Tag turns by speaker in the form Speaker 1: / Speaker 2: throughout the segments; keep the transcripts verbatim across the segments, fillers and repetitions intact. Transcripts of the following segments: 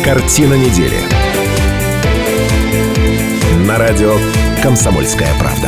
Speaker 1: Картина недели. На радио «Комсомольская правда».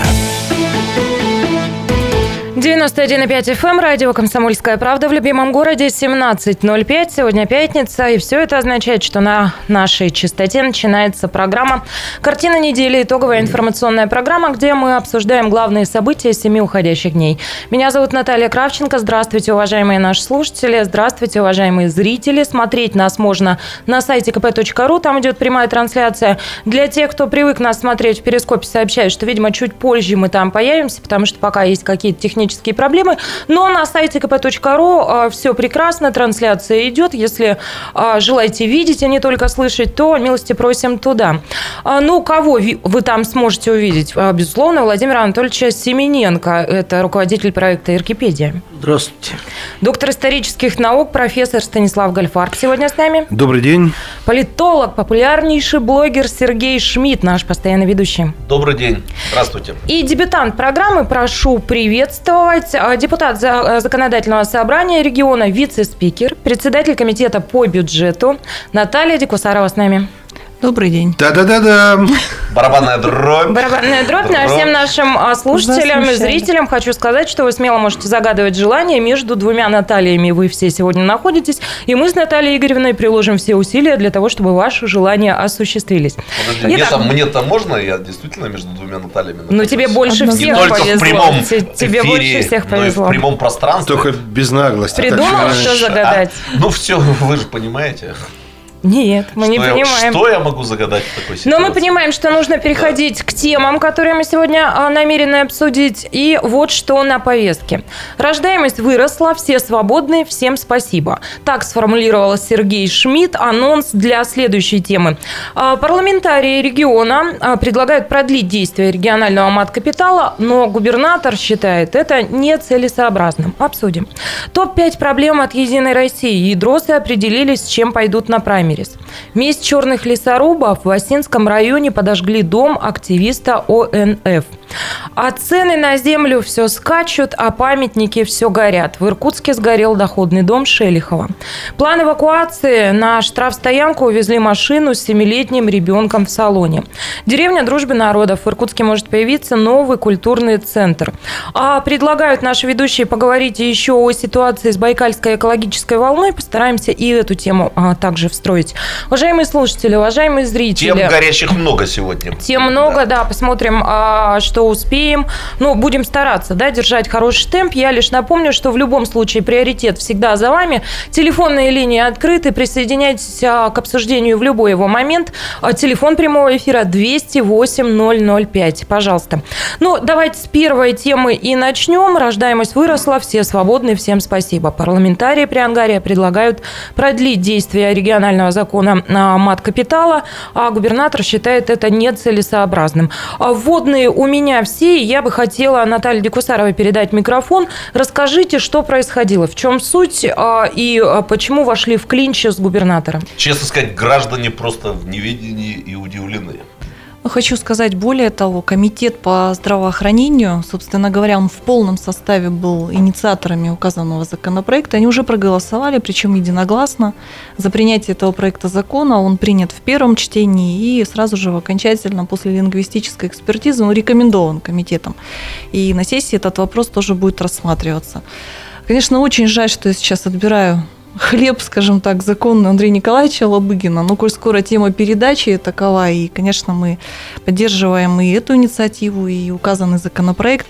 Speaker 2: девяносто один и пять эф эм, радио «Комсомольская правда» в любимом городе, семнадцать ноль пять. Сегодня пятница, и все это означает, что на нашей частоте начинается программа «Картина недели», итоговая информационная программа, где мы обсуждаем главные события семи уходящих дней. Меня зовут Наталья Кравченко. Здравствуйте, уважаемые наши слушатели. Здравствуйте, уважаемые зрители. Смотреть нас можно на сайте ка пэ точка ру, там идет прямая трансляция. Для тех, кто привык нас смотреть в Перископе, сообщаю, что, видимо, чуть позже мы там появимся, потому что пока есть какие-то технические проблемы, но на сайте ка пэ точка ру э, все прекрасно, трансляция идет. Если э, желаете видеть, а не только слышать, то милости просим туда. А, ну, кого ви- вы там сможете увидеть? А, безусловно, Владимира Анатольевича Семененко, это руководитель проекта «Иркипедия».
Speaker 3: Здравствуйте.
Speaker 2: Доктор исторических наук, профессор Станислав Гольфарб сегодня с нами.
Speaker 3: Добрый день.
Speaker 2: Политолог, популярнейший блогер Сергей Шмидт, наш постоянный ведущий.
Speaker 4: Добрый день. Здравствуйте.
Speaker 2: И дебютант программы, прошу приветствовать, депутат Законодательного собрания региона, вице-спикер, председатель комитета по бюджету Наталья Дикусарова с нами.
Speaker 5: Добрый день.
Speaker 3: Да-да-да-да.
Speaker 4: Барабанная дробь.
Speaker 2: Барабанная дробь. На всем нашим слушателям и зрителям хочу сказать, что вы смело можете загадывать желание. Между двумя Натальями вы все сегодня находитесь. И мы с Натальей Игоревной приложим все усилия для того, чтобы ваши желания осуществились.
Speaker 4: Подожди, мне-то, мне-то можно? Я действительно между двумя Натальями нахожусь.
Speaker 2: Ну, тебе больше
Speaker 5: Одна.
Speaker 2: всех
Speaker 4: Не только
Speaker 2: повезло.
Speaker 4: в прямом
Speaker 2: Тебе
Speaker 4: эфире,
Speaker 2: больше всех повезло.
Speaker 4: но и в прямом пространстве.
Speaker 3: Только без наглости.
Speaker 2: Придумал,
Speaker 3: Так,
Speaker 2: что
Speaker 3: знаешь.
Speaker 2: загадать?
Speaker 4: А? Ну, все, вы же понимаете.
Speaker 2: Нет, мы
Speaker 4: что
Speaker 2: не
Speaker 4: я,
Speaker 2: понимаем.
Speaker 4: Что я могу загадать в такой ситуации?
Speaker 2: Но мы понимаем, что нужно переходить да. к темам, которые мы сегодня намерены обсудить. И вот что на повестке. Рождаемость выросла, все свободны, всем спасибо. Так сформулировал Сергей Шмидт анонс для следующей темы. Парламентарии региона предлагают продлить действие регионального мат-капитала, но губернатор считает это нецелесообразным. Обсудим. топ пять проблем от «Единой России». Ядросы определились, с чем пойдут на праймерис. Месть черных лесорубов в Осинском районе подожгли дом активиста о эн эф. А цены на землю все скачут, а памятники все горят. В Иркутске сгорел доходный дом Шелихова. План эвакуации: на штрафстоянку увезли машину с семилетним ребенком в салоне. Деревня Дружбы народов. В Иркутске может появиться новый культурный центр. А предлагают наши ведущие поговорить еще о ситуации с Байкальской экологической волной. Постараемся и эту тему а, также встроить. Уважаемые слушатели, уважаемые зрители.
Speaker 4: Тем горячих много сегодня.
Speaker 2: Тем много, да. да посмотрим, а, что успеем. Ну, будем стараться, да, держать хороший темп. Я лишь напомню, что в любом случае приоритет всегда за вами. Телефонные линии открыты. Присоединяйтесь а, к обсуждению в любой его момент. А, телефон прямого эфира двести восемь ноль ноль пять. Пожалуйста. Ну, давайте с первой темы и начнем. Рождаемость выросла, все свободны, всем спасибо. Парламентарии при Ангаре предлагают продлить действие регионального закона мат-капитала, а губернатор считает это нецелесообразным. Вводные у меня все, и я бы хотела Наталье Дикусаровой передать микрофон. Расскажите, что происходило, в чем суть и почему вошли в клинч с губернатором?
Speaker 4: Честно сказать, граждане просто в неведении и удивлены.
Speaker 5: Хочу сказать более того, комитет по здравоохранению, собственно говоря, он в полном составе был инициаторами указанного законопроекта. Они уже проголосовали, причем единогласно, за принятие этого проекта закона. Он принят в первом чтении и сразу же в окончательном после лингвистической экспертизы он рекомендован комитетом. И на сессии этот вопрос тоже будет рассматриваться. Конечно, очень жаль, что я сейчас отбираю хлеб, скажем так, законный Андрея Николаевича Лобыгина. Но коль скоро тема передачи такова, и, конечно, мы поддерживаем и эту инициативу, и указанный законопроект.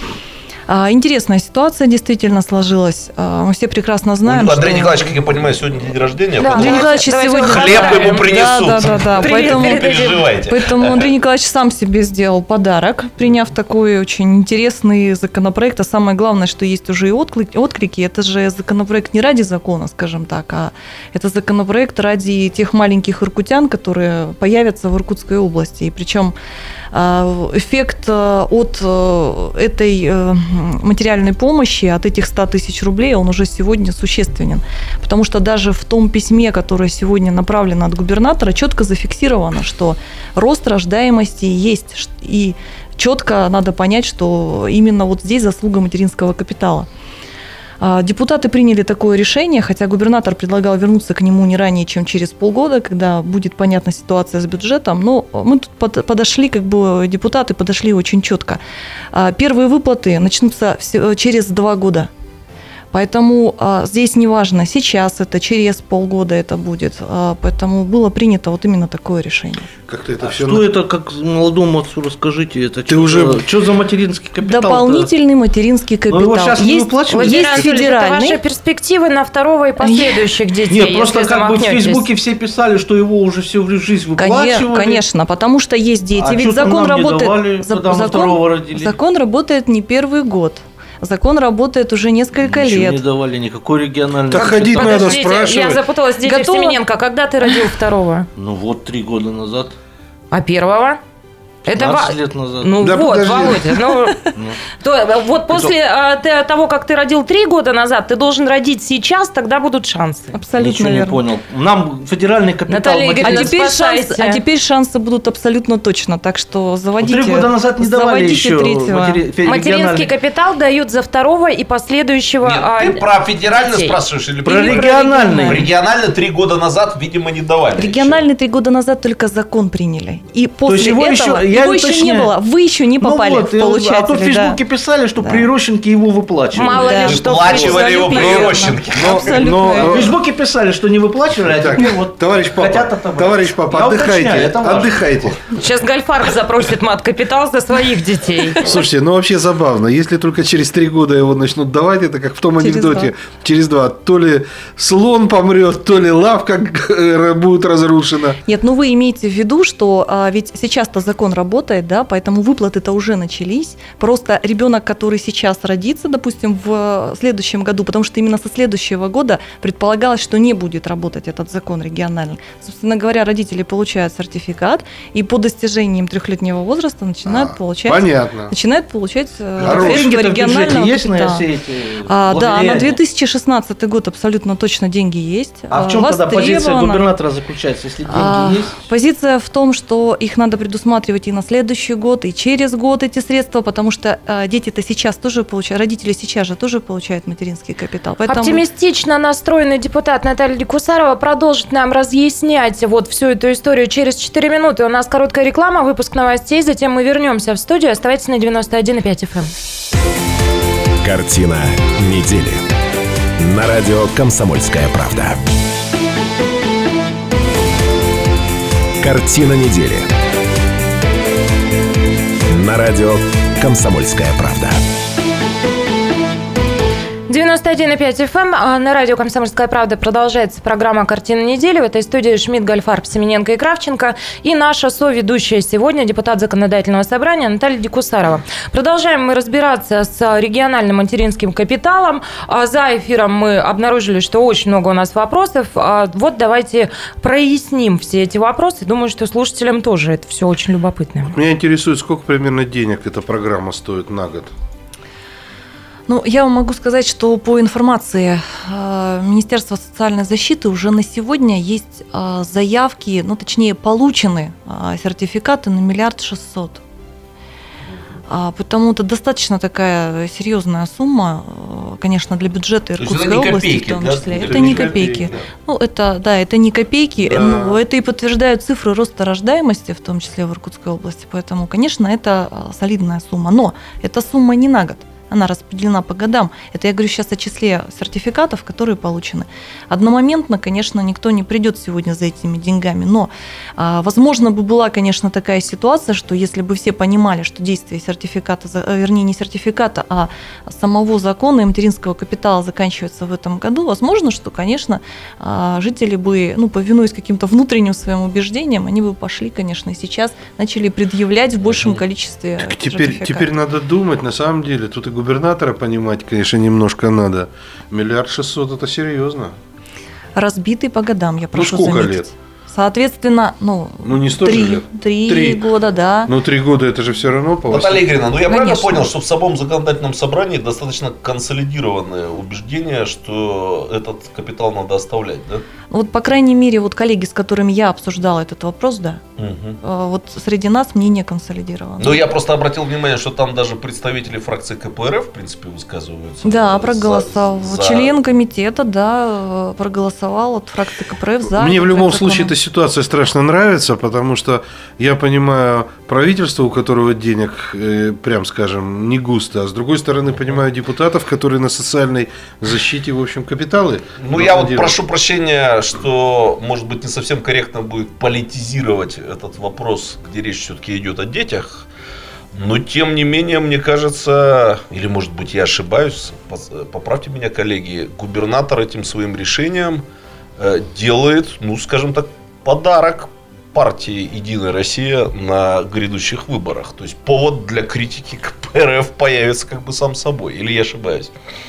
Speaker 5: Интересная ситуация действительно сложилась. Мы все прекрасно знаем,
Speaker 4: ну, Андрей
Speaker 5: что...
Speaker 4: Николаевич, как я понимаю, сегодня день рождения.
Speaker 2: Да,
Speaker 5: Андрей Николаевич сегодня...
Speaker 4: Хлеб ему принесут.
Speaker 5: Да, да, да, да.
Speaker 2: Привет,
Speaker 5: поэтому,
Speaker 4: не переживайте.
Speaker 5: Поэтому Андрей Николаевич сам себе сделал подарок, приняв такой очень интересный законопроект. А самое главное, что есть уже и отклики. отклики. Это же законопроект не ради закона, скажем так, а это законопроект ради тех маленьких иркутян, которые появятся в Иркутской области. И причем эффект от этой материальной помощи, от этих ста тысяч рублей, он уже сегодня существенен. Потому что даже в том письме, которое сегодня направлено от губернатора, четко зафиксировано, что рост рождаемости есть. И четко надо понять, что именно вот здесь заслуга материнского капитала. Депутаты приняли такое решение, хотя губернатор предлагал вернуться к нему не ранее, чем через полгода, когда будет понятна ситуация с бюджетом. Но мы тут подошли, как бы депутаты подошли очень четко. Первые выплаты начнутся через два года. Поэтому а, здесь не важно, сейчас это, через полгода это будет. А, поэтому было принято вот именно такое решение.
Speaker 3: Как-то это
Speaker 6: А
Speaker 3: все...
Speaker 6: что это, как молодому отцу расскажите, это
Speaker 3: Ты
Speaker 6: что,
Speaker 3: уже-
Speaker 6: за, что за материнский капитал?
Speaker 5: Дополнительный материнский капитал.
Speaker 6: его щас не
Speaker 5: есть,
Speaker 6: выплачивают?
Speaker 5: есть
Speaker 2: Владимир Анатольевич, это
Speaker 5: федеральный.
Speaker 2: ваши перспективы на второго и последующих детей.
Speaker 6: Нет, просто
Speaker 2: если
Speaker 6: как бы в
Speaker 2: замахнетесь.
Speaker 6: Фейсбуке все писали, что его уже всю жизнь
Speaker 5: Коне-
Speaker 6: выплачивали.
Speaker 5: Конечно, потому что есть дети.
Speaker 6: А
Speaker 5: Ведь
Speaker 6: чё-то
Speaker 5: закон
Speaker 6: нам не
Speaker 5: работает.
Speaker 6: давали,
Speaker 5: за-
Speaker 6: когда мы
Speaker 5: закон,
Speaker 6: второго родили.
Speaker 5: закон работает не первый год. Закон работает уже несколько
Speaker 6: Ничего
Speaker 5: лет.
Speaker 6: не давали, никакой региональный
Speaker 3: Так
Speaker 6: капитал.
Speaker 3: ходить надо,
Speaker 2: Подождите,
Speaker 3: спрашивать.
Speaker 2: я запуталась, дети
Speaker 5: Готова?
Speaker 2: Семененко. Когда ты родил второго?
Speaker 6: Ну вот, три года назад,
Speaker 2: А первого? Это ва-
Speaker 6: пятнадцать лет назад.
Speaker 2: Ну
Speaker 3: Да
Speaker 2: вот,
Speaker 3: подожди.
Speaker 2: Володя, ну,
Speaker 6: Ну.
Speaker 2: то, вот после а, ты- того, как ты родил три года назад, ты должен родить сейчас, тогда будут шансы.
Speaker 5: Абсолютно
Speaker 6: Ничего не
Speaker 5: верно.
Speaker 6: понял. Нам федеральный капитал
Speaker 2: Наталья
Speaker 5: А
Speaker 2: Игоревна,
Speaker 6: материнский-
Speaker 5: теперь,
Speaker 2: спасайте.
Speaker 5: шанс, а теперь шансы будут абсолютно точно. Так что
Speaker 6: Ну,
Speaker 5: заводите.
Speaker 6: Три года назад не давали
Speaker 5: заводите
Speaker 6: еще
Speaker 5: третьего.
Speaker 6: матери- фе-
Speaker 2: Материнский
Speaker 6: региональный.
Speaker 2: капитал дают за второго и последующего.
Speaker 4: Нет,
Speaker 2: а,
Speaker 4: ты про федеральный
Speaker 2: детей.
Speaker 4: спрашиваешь или
Speaker 6: Про
Speaker 2: Или про
Speaker 6: региональный.
Speaker 4: Регионально три года назад, видимо, не давали. еще.
Speaker 5: Региональный три года назад только закон приняли. И после
Speaker 6: есть его
Speaker 5: этого
Speaker 6: еще- я
Speaker 5: его еще не
Speaker 6: уточняю.
Speaker 5: было. Вы еще не попали
Speaker 6: Ну вот,
Speaker 5: в
Speaker 6: и-
Speaker 5: получателей.
Speaker 6: а то в
Speaker 5: да.
Speaker 6: Фейсбуке писали, что
Speaker 5: Да.
Speaker 6: при Рощенке его выплачивали.
Speaker 2: Мало
Speaker 5: Да.
Speaker 2: ли что.
Speaker 4: Выплачивали его
Speaker 2: абсолютно
Speaker 4: при
Speaker 2: верно.
Speaker 4: Рощенке.
Speaker 3: Но-
Speaker 5: Абсолютно
Speaker 3: но-
Speaker 5: верно.
Speaker 6: В Фейсбуке писали, что не выплачивали, а
Speaker 3: Так,
Speaker 6: теперь вот
Speaker 3: товарищ папа,
Speaker 6: хотят отобрать.
Speaker 3: товарищ папа,
Speaker 6: Я
Speaker 3: отдыхайте,
Speaker 6: уточняю, это важно.
Speaker 3: отдыхайте.
Speaker 2: Сейчас Гольфарб запросит мат-капитал за своих детей.
Speaker 3: Слушайте, ну вообще забавно. Если только через три года его начнут давать, это как в том
Speaker 5: Через
Speaker 3: анекдоте.
Speaker 5: два.
Speaker 3: Через два. То ли слон помрет, то ли лавка э, будет разрушена.
Speaker 5: Нет, ну вы имеете в виду, что а, ведь сейчас-то закон работает, да, поэтому выплаты-то уже начались. Просто ребенок, который сейчас родится, допустим, в следующем году, потому что именно со следующего года предполагалось, что не будет работать этот закон региональный. Собственно говоря, родители получают сертификат и по достижениям трехлетнего возраста начинают
Speaker 3: А,
Speaker 5: получать,
Speaker 3: Понятно.
Speaker 5: начинают получать э,
Speaker 3: Хорошо.
Speaker 5: средства
Speaker 6: Деньги-то в бюджете
Speaker 5: регионального
Speaker 6: есть на
Speaker 5: капитала.
Speaker 6: все эти
Speaker 5: А, да, на
Speaker 6: лагеря?
Speaker 5: две тысячи шестнадцатый год абсолютно точно деньги есть.
Speaker 6: А в чем тогда позиция
Speaker 5: Востребовано.
Speaker 6: губернатора заключается, если деньги
Speaker 5: А,
Speaker 6: есть?
Speaker 5: Позиция в том, что их надо предусматривать и на следующий год, и через год эти средства, потому что а, дети-то сейчас тоже получают, родители сейчас же тоже получают материнский капитал. Поэтому
Speaker 2: Оптимистично настроенный депутат Наталья Декусарова продолжит нам разъяснять вот всю эту историю через четыре минуты. У нас короткая реклама, выпуск новостей, затем мы вернемся в студию. Оставайтесь на девяносто один и пять эф эм.
Speaker 1: Картина недели. На радио «Комсомольская правда». Картина недели. На радио «Комсомольская правда».
Speaker 2: девяносто один и пять эф эм. А на радио «Комсомольская правда» продолжается программа «Картина недели». В этой студии Шмидт, Гольфарб, Семененко и Кравченко. И наша соведущая сегодня, депутат Законодательного собрания Наталья Декусарова. Продолжаем мы разбираться с региональным материнским капиталом. А за эфиром мы обнаружили, что очень много у нас вопросов. А вот давайте проясним все эти вопросы. Думаю, что слушателям тоже это все очень любопытно.
Speaker 3: Меня интересует, сколько примерно денег эта программа стоит на год?
Speaker 5: Ну, я вам могу сказать, что по информации э, Министерства социальной защиты уже на сегодня есть э, заявки, ну, точнее, получены э, сертификаты на миллиард шестьсот. А, потому это достаточно такая серьезная сумма, э, конечно, для бюджета
Speaker 4: То есть
Speaker 5: Иркутской
Speaker 4: это не
Speaker 5: области
Speaker 4: копейки,
Speaker 5: в том
Speaker 4: да?
Speaker 5: числе.
Speaker 4: Это
Speaker 5: Это
Speaker 4: не
Speaker 5: не
Speaker 4: копейки,
Speaker 5: копейки.
Speaker 4: да.
Speaker 5: Ну, это, да, это не копейки,
Speaker 3: Да.
Speaker 5: но это и подтверждают цифры роста рождаемости, в том числе в Иркутской области. Поэтому, конечно, это э, солидная сумма. Но эта сумма не на год. Она распределена по годам. Это я говорю сейчас о числе сертификатов, которые получены. Одномоментно, конечно, никто не придет сегодня за этими деньгами, но, а, возможно, бы была, конечно, такая ситуация, что если бы все понимали, что действие сертификата, за- э, вернее, не сертификата, а самого закона и материнского капитала заканчивается в этом году, возможно, что, конечно, а, жители бы, ну, повинуясь каким-то внутренним своим убеждениям, они бы пошли, конечно, и сейчас начали предъявлять в большем количестве
Speaker 3: Так теперь,
Speaker 5: сертификатов.
Speaker 3: теперь надо думать, на самом деле, тут и губернатора понимать, конечно, немножко надо. Миллиард шестьсот – это серьезно.
Speaker 5: Разбитый по годам, я прошу
Speaker 3: Ну, сколько
Speaker 5: заметить.
Speaker 3: лет?
Speaker 5: Соответственно, ну,
Speaker 3: Ну, не сто
Speaker 5: три,
Speaker 3: же лет.
Speaker 5: три
Speaker 3: Три.
Speaker 5: года, да.
Speaker 3: Ну, три года это же все равно по
Speaker 4: Наталья Игоревна, ну я правильно
Speaker 5: Конечно.
Speaker 4: понял, что в самом законодательном собрании достаточно консолидированное убеждение, что этот капитал надо оставлять, да?
Speaker 5: Вот, по крайней мере, вот коллеги, с которыми я обсуждала этот вопрос, да,
Speaker 4: Мгм.
Speaker 5: э, вот среди нас мнение консолидировано.
Speaker 4: Ну, я просто обратил внимание, что там даже представители фракции ка пэ эр эф, в принципе, высказываются.
Speaker 5: Да,
Speaker 4: за-
Speaker 5: проголосовал.
Speaker 4: за-
Speaker 5: Член комитета, да, э, проголосовал от фракции ка пэ эр эф за.
Speaker 3: Мне в
Speaker 5: этот
Speaker 3: любом
Speaker 5: проект
Speaker 3: случае
Speaker 5: закона.
Speaker 3: эта ситуация страшно нравится, потому что я понимаю правительство, у которого денег, э, прям скажем, не густо, а с другой стороны понимаю депутатов, которые на социальной защите, в общем, капиталы.
Speaker 4: Ну, я вот прошу прощения, что, может быть, не совсем корректно будет политизировать этот вопрос, где речь все-таки идет о детях. Но, тем не менее, мне кажется, или, может быть, я ошибаюсь, поправьте меня, коллеги, губернатор этим своим решением э, делает, ну, скажем так, подарок партии «Единая Россия» на грядущих выборах. То есть повод для критики ка пэ эр эф появится как бы сам собой. Или я ошибаюсь?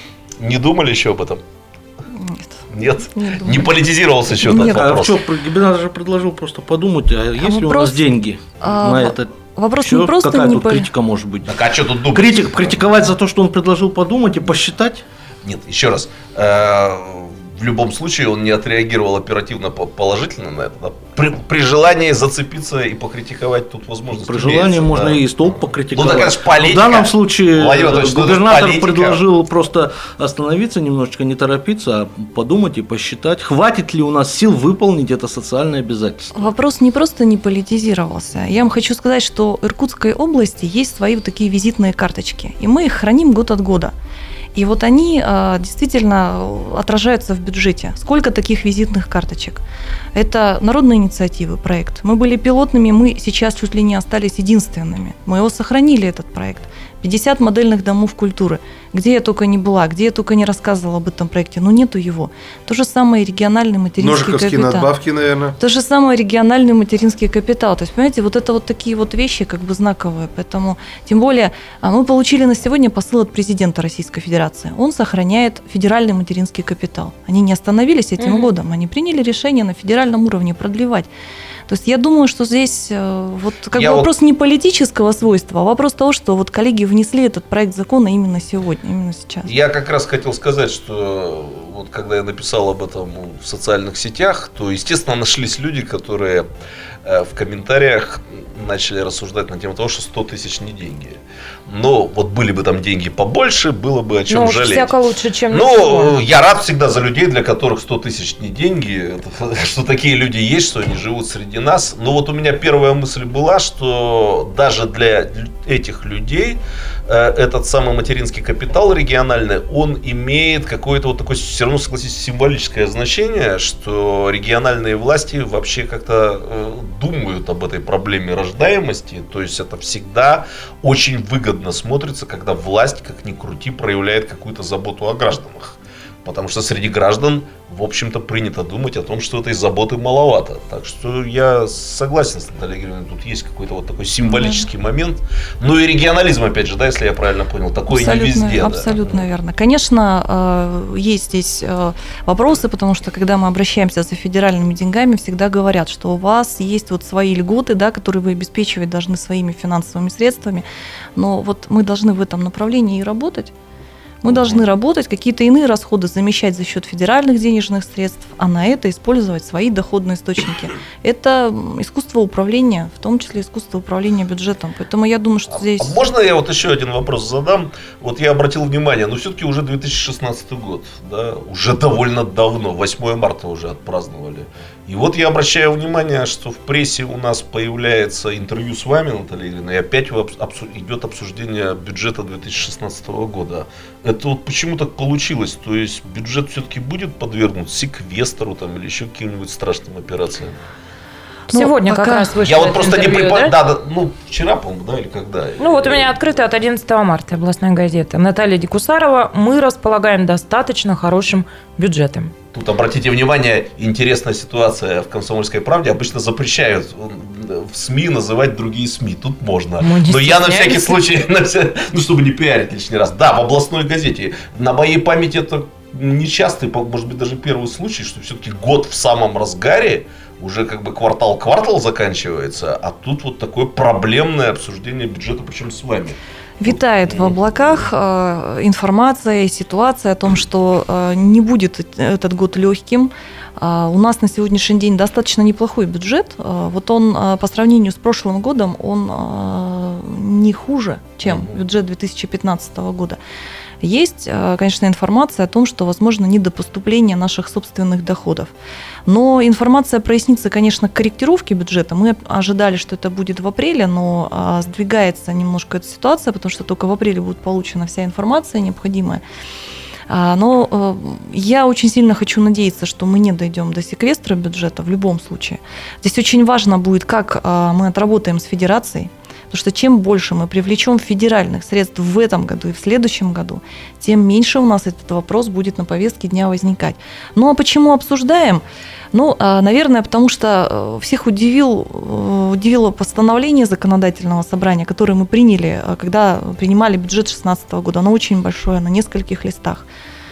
Speaker 4: Не думали еще об этом?
Speaker 5: Нет.
Speaker 4: Нет?
Speaker 5: Не
Speaker 4: Не,
Speaker 5: думаю.
Speaker 4: политизировался еще
Speaker 5: Нет.
Speaker 4: этот
Speaker 6: А
Speaker 4: вопрос?
Speaker 6: что, губернатор же предложил просто подумать, а есть ли у
Speaker 5: вопрос-
Speaker 6: нас деньги
Speaker 5: а,
Speaker 6: на
Speaker 5: во-
Speaker 6: это?
Speaker 5: Вопрос
Speaker 6: Чё,
Speaker 5: не просто
Speaker 6: какая
Speaker 5: не
Speaker 6: тут
Speaker 5: поли-
Speaker 6: критика может быть?
Speaker 4: Так а что тут думать?
Speaker 6: Критик, критиковать за то, что он предложил подумать и посчитать?
Speaker 4: Нет, еще раз. Э, В любом случае он не отреагировал оперативно по- положительно на это. да. При, при желании зацепиться и покритиковать тут возможность
Speaker 6: При желании
Speaker 4: имеется,
Speaker 6: можно
Speaker 4: да.
Speaker 6: и столб покритиковать.
Speaker 4: Ну, так это ж политика.
Speaker 6: В данном случае
Speaker 4: Владимир Анатольевич, ну, это ж
Speaker 6: губернатор
Speaker 4: политика.
Speaker 6: предложил просто остановиться немножечко, не торопиться, а подумать и посчитать, хватит ли у нас сил выполнить это социальное обязательство.
Speaker 5: Вопрос не просто не политизировался. Я вам хочу сказать, что в Иркутской области есть свои вот такие визитные карточки, и мы их храним год от года. И вот они а, действительно отражаются в бюджете. Сколько таких визитных карточек? Это народные инициативы, проект. Мы были пилотными, мы сейчас чуть ли не остались единственными. Мы его сохранили, этот проект. пятьдесят модельных домов культуры. Где я только не была, где я только не рассказывала об этом проекте, но нету его. То же самое региональный материнский
Speaker 3: Ножиковские
Speaker 5: капитал.
Speaker 3: надбавки, наверное.
Speaker 5: То же самое региональный материнский капитал. То есть, понимаете, вот это вот такие вот вещи как бы знаковые. Поэтому, тем более, а, мы получили на сегодня посыл от президента Российской Федерации. Он сохраняет федеральный материнский капитал. Они не остановились этим
Speaker 2: Мгм.
Speaker 5: годом, они приняли решение на федеральном уровне продлевать. То есть я думаю, что здесь э, вот как
Speaker 4: Я
Speaker 5: бы
Speaker 4: вот-
Speaker 5: вопрос не политического свойства, а вопрос того, что вот коллеги внесли этот проект закона именно сегодня, именно сейчас.
Speaker 4: Я как раз хотел сказать, что вот когда я написал об этом в социальных сетях, то, естественно, нашлись люди, которые э, в комментариях начали рассуждать на тему того, что сто тысяч не деньги. Но вот были бы там деньги побольше, было бы о чем
Speaker 2: Ну, уж
Speaker 4: жалеть.
Speaker 2: всяко лучше, чем
Speaker 4: Ну,
Speaker 2: ничего.
Speaker 4: я рад всегда за людей, для которых сто тысяч не деньги, это, что такие люди есть, что они живут среди нас. Но вот у меня первая мысль была, что даже для этих людей э, этот самый материнский капитал региональный, он имеет какое-то вот такое, все равно, согласитесь, символическое значение, что региональные власти вообще как-то э, думают об этой проблеме рождаемости. То есть это всегда очень выгодно смотрится, когда власть, как ни крути, проявляет какую-то заботу о гражданах. Потому что среди граждан, в общем-то, принято думать о том, что этой заботы маловато. Так что я согласен с Натальей Игоревной, тут есть какой-то вот такой символический момент. Ну и регионализм, опять же, да, если я правильно понял, такой не везде. Да.
Speaker 5: Абсолютно верно. Конечно, э, есть здесь э, вопросы, потому что когда мы обращаемся за федеральными деньгами, всегда говорят, что у вас есть вот свои льготы, да, которые вы обеспечивать должны своими финансовыми средствами, но вот мы должны в этом направлении и работать. Мы должны работать, какие-то иные расходы замещать за счет федеральных денежных средств, а на это использовать свои доходные источники. Это искусство управления, в том числе искусство управления бюджетом. Поэтому я думаю, что здесь...
Speaker 4: А можно я вот еще один вопрос задам? Вот я обратил внимание, ну все-таки уже две тысячи шестнадцатый год, да, уже довольно давно, восьмое марта уже отпраздновали. И вот я обращаю внимание, что в прессе у нас появляется интервью с вами, Наталья Игоревна, и опять обсу- идет обсуждение бюджета две тысячи шестнадцатого года. Это вот почему так получилось? То есть бюджет все-таки будет подвергнут секвестру там, или еще каким-нибудь страшным операциям?
Speaker 5: Ну,
Speaker 2: Сегодня как
Speaker 5: пока-
Speaker 2: раз вышло
Speaker 4: Я вот
Speaker 2: это
Speaker 4: просто не
Speaker 2: интервью,
Speaker 4: припомню,
Speaker 2: да?
Speaker 4: да? Да, ну вчера, по-моему, да, или когда?
Speaker 2: Ну вот у меня открыто от одиннадцатого марта областная газета. Наталья Дикусарова. Мы располагаем достаточно хорошим бюджетом.
Speaker 4: Тут, обратите внимание, интересная ситуация в «Комсомольской правде». Обычно запрещают в СМИ называть другие СМИ. Тут можно.
Speaker 2: Мы не
Speaker 4: Но я на всякий
Speaker 2: стесняемся.
Speaker 4: случай, на вся- ну, чтобы не пиарить лишний раз. Да, в областной газете. На моей памяти это нечастый, может быть, даже первый случай, что все-таки год в самом разгаре, уже как бы квартал-квартал заканчивается, а тут вот такое проблемное обсуждение бюджета, причем с вами.
Speaker 5: Витает в облаках э, информация и ситуация о том, что э, не будет этот год легким. Э, у нас на сегодняшний день достаточно неплохой бюджет. Э, вот он э, по сравнению с прошлым годом, он э, не хуже, чем mm-hmm. бюджет две тысячи пятнадцатого года. Есть, конечно, информация о том, что возможно недопоступление наших собственных доходов. Но информация прояснится, конечно, к корректировке бюджета. Мы ожидали, что это будет в апреле, но сдвигается немножко эта ситуация, потому что только в апреле будет получена вся информация необходимая. Но я очень сильно хочу надеяться, что мы не дойдем до секвестра бюджета в любом случае. Здесь очень важно будет, как мы отработаем с федерацией. Потому что чем больше мы привлечем федеральных средств в этом году и в следующем году, тем меньше у нас этот вопрос будет на повестке дня возникать. Ну а почему обсуждаем? Ну, наверное, потому что всех удивил, удивило постановление законодательного собрания, которое мы приняли, когда принимали бюджет две тысячи шестнадцатого года. Оно очень большое, на нескольких листах.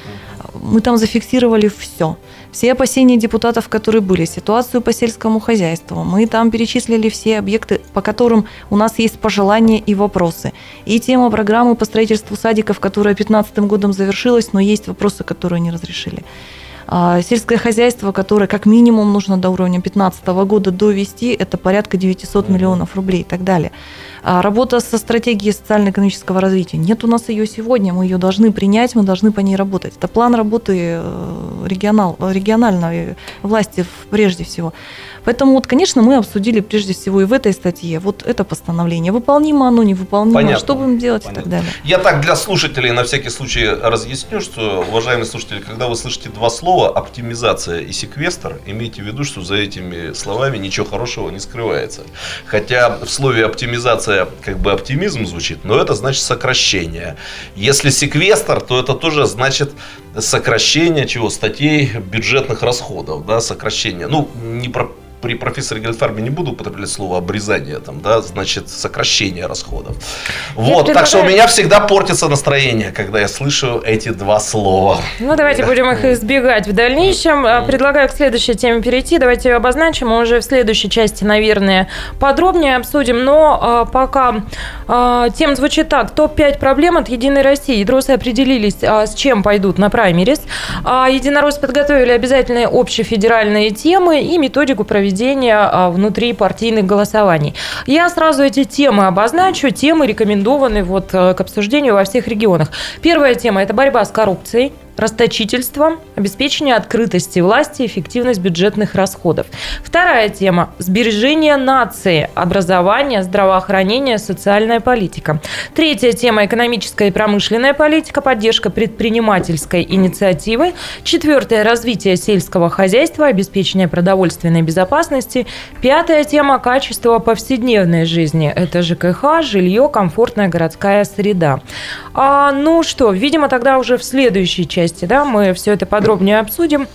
Speaker 5: Мы там зафиксировали все. Все опасения депутатов, которые были, ситуацию по сельскому хозяйству. Мы там перечислили все объекты, по которым у нас есть пожелания и вопросы. И тема программы по строительству садиков, которая две тысячи пятнадцатым годом завершилась, но есть вопросы, которые не разрешили. Сельское хозяйство, которое как минимум нужно до уровня две тысячи пятнадцатого года довести, это порядка девятьсот миллионов рублей и так далее. Работа со стратегией социально-экономического развития. Нет у нас ее сегодня, мы ее должны принять, мы должны по ней работать. Это план работы регионал, региональной власти прежде всего. Поэтому, вот, конечно, мы обсудили прежде всего и в этой статье вот это постановление. Выполнимо оно, невыполнимо, Понятно. Что будем делать Понятно. И так далее.
Speaker 4: Я так для слушателей на всякий случай разъясню, что, уважаемые слушатели, когда вы слышите два слова «оптимизация» и «секвестр», имейте в виду, что за этими словами ничего хорошего не скрывается. Хотя в слове «оптимизация» как бы оптимизм звучит, но это значит сокращение. Если секвестр, то это тоже значит сокращение чего? Статей бюджетных расходов, да, сокращение. Ну, не про при профессоре Гельфарбе не буду употреблять слово обрезание, там, да, значит сокращение расходов. Вот, предлагаю... так что у меня всегда портится настроение, когда я слышу эти два слова.
Speaker 2: Ну, давайте будем их избегать в дальнейшем. Предлагаю к следующей теме перейти. Давайте ее обозначим. Мы уже в следующей части, наверное, подробнее обсудим. Но пока тема звучит так. топ пять проблем от «Единой России». Ядросы определились, с чем пойдут на праймерис. Единороссы подготовили обязательные общефедеральные темы и методику проведения внутри партийных голосований. Я сразу эти темы обозначу. Темы рекомендованы вот к обсуждению во всех регионах. Первая тема – это борьба с коррупцией, расточительство, обеспечение открытости власти, эффективность бюджетных расходов. Вторая тема – сбережение нации, образование, здравоохранение, социальная политика. Третья тема – экономическая и промышленная политика, поддержка предпринимательской инициативы. Четвертая – развитие сельского хозяйства, обеспечение продовольственной безопасности. Пятая тема – качество повседневной жизни. Это ЖКХ, жилье, комфортная городская среда. А, ну что, видимо, тогда уже в следующей части да, мы все это подробнее обсудим.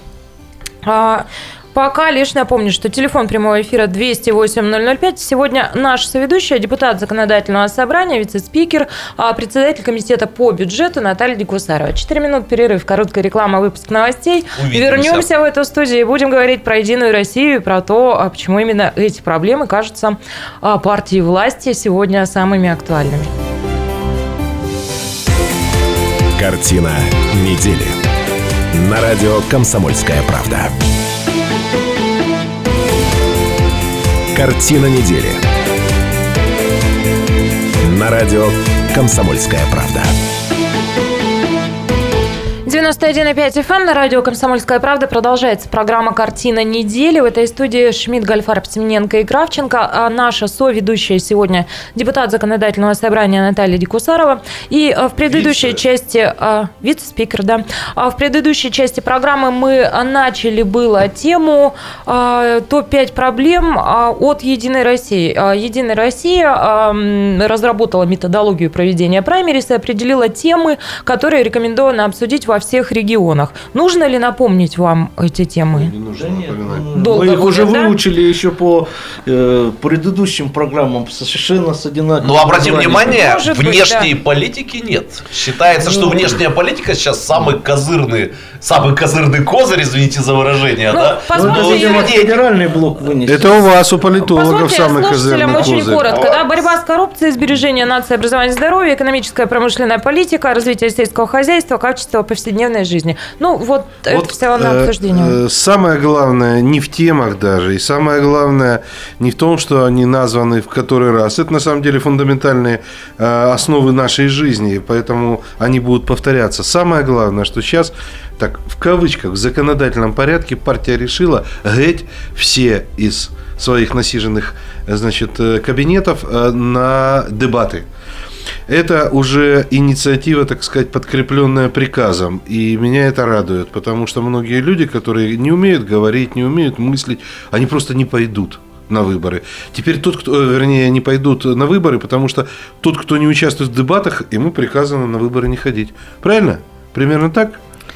Speaker 2: А, пока лишь напомню, что телефон прямого эфира двести восемь ноль ноль пять. Сегодня наш соведущая, депутат Законодательного собрания, вице-спикер, председатель комитета по бюджету Наталья Дегусарова. Четыре минут перерыв, короткая реклама, выпуск новостей. Увидимся. Вернемся в эту студию и будем говорить про «Единую Россию» и про то, почему именно эти проблемы кажутся партии власти сегодня самыми актуальными.
Speaker 1: Картина недели. На радио «Комсомольская правда». Картина недели. На радио «Комсомольская правда».
Speaker 2: девяносто один и пять эф эм на радио «Комсомольская правда». Продолжается программа «Картина недели». В этой студии Шмидт, Гольфарб, Семененко и Кравченко. А наша соведущая сегодня депутат Законодательного собрания Наталья Дегусарова. И в предыдущей Вице. части... Вице-спикер, да. В предыдущей части программы мы начали было тему топ пять проблем от «Единой России». «Единая Россия» разработала методологию проведения праймериса и определила темы, которые рекомендовано обсудить во всех всех регионах. Нужно ли напомнить вам эти темы?
Speaker 3: Не нужно
Speaker 6: Да нет,
Speaker 3: напоминать.
Speaker 6: ну,
Speaker 2: Долго
Speaker 6: мы их
Speaker 2: будет,
Speaker 6: уже
Speaker 2: да?
Speaker 6: выучили еще по э, предыдущим программам совершенно с одинаковым.
Speaker 4: Но обратим
Speaker 6: названием.
Speaker 4: внимание,
Speaker 2: Может быть,
Speaker 4: внешней политики нет. Считается, что внешняя политика сейчас самый козырный, самый козырный козырь, извините за выражение,
Speaker 2: Ну,
Speaker 4: да?
Speaker 6: Ну,
Speaker 2: позвольте,
Speaker 6: это, видимо,
Speaker 2: Юрий-
Speaker 6: федеральный блок вынесет.
Speaker 3: Это у вас, у политологов,
Speaker 2: Позвольте
Speaker 3: самый
Speaker 2: слушателям
Speaker 3: козырный
Speaker 2: очень
Speaker 3: козырь.
Speaker 2: коротко. Да? Борьба с коррупцией, сбережение нации, образование, здоровье, экономическая промышленная политика, развитие сельского хозяйства, качество повседневной жизни. Ну, вот, это
Speaker 3: Вот,
Speaker 2: все на
Speaker 3: э,
Speaker 2: обсуждение.
Speaker 3: э, Самое главное не в темах даже, и самое главное не в том, что они названы в который раз. Это на самом деле фундаментальные э, основы нашей жизни, поэтому они будут повторяться. Самое главное, что сейчас, так, в кавычках, в законодательном порядке партия решила геть все из своих насиженных, значит, э, кабинетов э, на дебаты. Это уже инициатива, так сказать, подкрепленная приказом. И меня это радует, потому что многие люди, которые не умеют говорить, не умеют мыслить, они просто не пойдут на выборы. Теперь тот, кто, вернее, не пойдут на выборы, потому что тот, кто не участвует в дебатах, ему приказано на выборы не ходить. Правильно? Примерно так?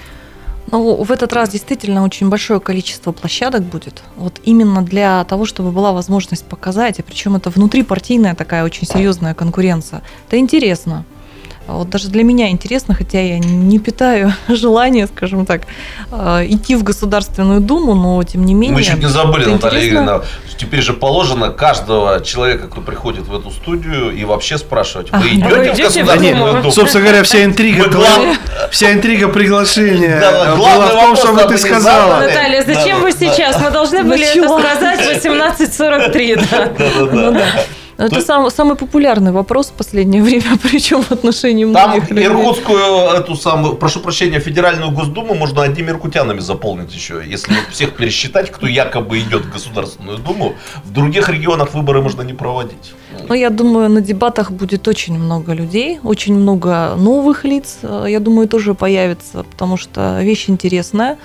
Speaker 5: Ну, в этот раз действительно очень большое количество площадок будет. Вот именно для того, чтобы была возможность показать, и причем это внутрипартийная такая очень серьезная конкуренция. Это интересно. Вот даже для меня интересно, хотя я не питаю желания, скажем так, идти в Государственную Думу, но тем не менее...
Speaker 4: Мы чуть не забыли,
Speaker 5: это
Speaker 4: Наталья
Speaker 5: интересно.
Speaker 4: Игоревна, теперь же положено каждого человека, кто приходит в эту студию, и вообще спрашивать, вы
Speaker 5: А,
Speaker 4: идете
Speaker 2: вы
Speaker 4: в
Speaker 2: идете в
Speaker 4: Государственную
Speaker 2: Думу?
Speaker 4: Думу?
Speaker 3: Собственно говоря, вся интрига,
Speaker 4: Мы глав-
Speaker 3: вся интрига приглашения
Speaker 4: Да,
Speaker 3: была
Speaker 4: главный
Speaker 3: в том,
Speaker 4: вопрос
Speaker 3: чтобы
Speaker 4: нам
Speaker 3: ты
Speaker 4: не
Speaker 3: сказала.
Speaker 4: задали.
Speaker 2: Наталья, зачем
Speaker 4: Да,
Speaker 2: вы
Speaker 4: да,
Speaker 2: сейчас? Мы должны были
Speaker 5: Начала.
Speaker 2: это сказать в восемнадцать сорок три. Да.
Speaker 5: Ну да. Это
Speaker 4: есть-
Speaker 5: сам- самый популярный вопрос в последнее время, причем в отношении
Speaker 4: Там
Speaker 5: многих людей.
Speaker 4: иркутскую, эту самую, прошу прощения, Федеральную Госдуму можно одними иркутянами заполнить еще. Если вот всех пересчитать, кто якобы идет в Государственную Думу, в других регионах выборы можно не проводить.
Speaker 5: Ну, я думаю, на дебатах будет очень много людей, очень много новых лиц, э, я думаю, тоже появится, потому что вещь интересная.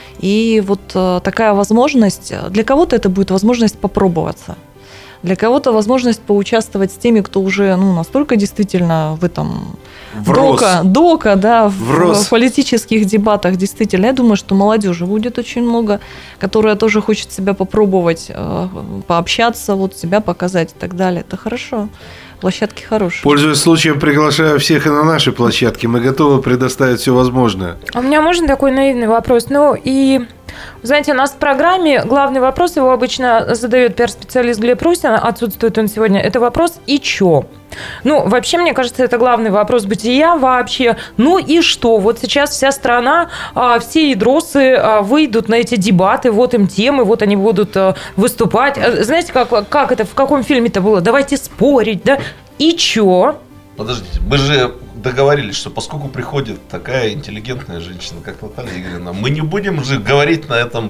Speaker 5: И вот э, такая возможность, для кого-то это будет возможность попробоваться. Для кого-то возможность поучаствовать с теми, кто уже ну, настолько действительно в этом
Speaker 3: Врос.
Speaker 5: дока, дока, да, в,
Speaker 3: Врос.
Speaker 5: в политических дебатах. Действительно, я думаю, что молодежи будет очень много, которая тоже хочет себя попробовать, э, пообщаться, вот себя показать и так далее. Это хорошо. Площадки хорошие.
Speaker 3: Пользуясь случаем, приглашаю всех и на наши площадки. Мы готовы предоставить все возможное.
Speaker 2: А у меня можно такой наивный вопрос? Ну и, знаете, у нас в программе главный вопрос, его обычно задает пиар-специалист Глеб Русин, отсутствует он сегодня, это вопрос «И чё?». Ну, вообще, мне кажется, это главный вопрос бытия вообще. Ну и что? Вот сейчас вся страна, а, все ядросы а, выйдут на эти дебаты, вот им темы, вот они будут а, выступать. А, знаете, как, как это, в каком фильме-то было? Давайте спорить, да? И чё?
Speaker 4: Подождите, мы же договорились, что поскольку приходит такая интеллигентная женщина, как Наталья Игоревна, мы не будем же говорить на этом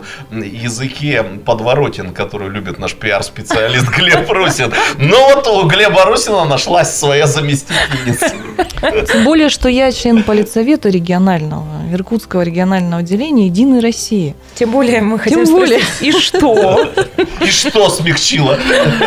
Speaker 4: языке подворотен, который любит наш пиар-специалист Глеб Русин. Но вот у Глеба Русина нашлась своя заместительница.
Speaker 5: Тем более, что я член политсовета регионального, Иркутского регионального отделения «Единой России».
Speaker 2: Тем более мы хотим
Speaker 5: Тем более.
Speaker 2: спросить, и что?
Speaker 4: И что смягчило?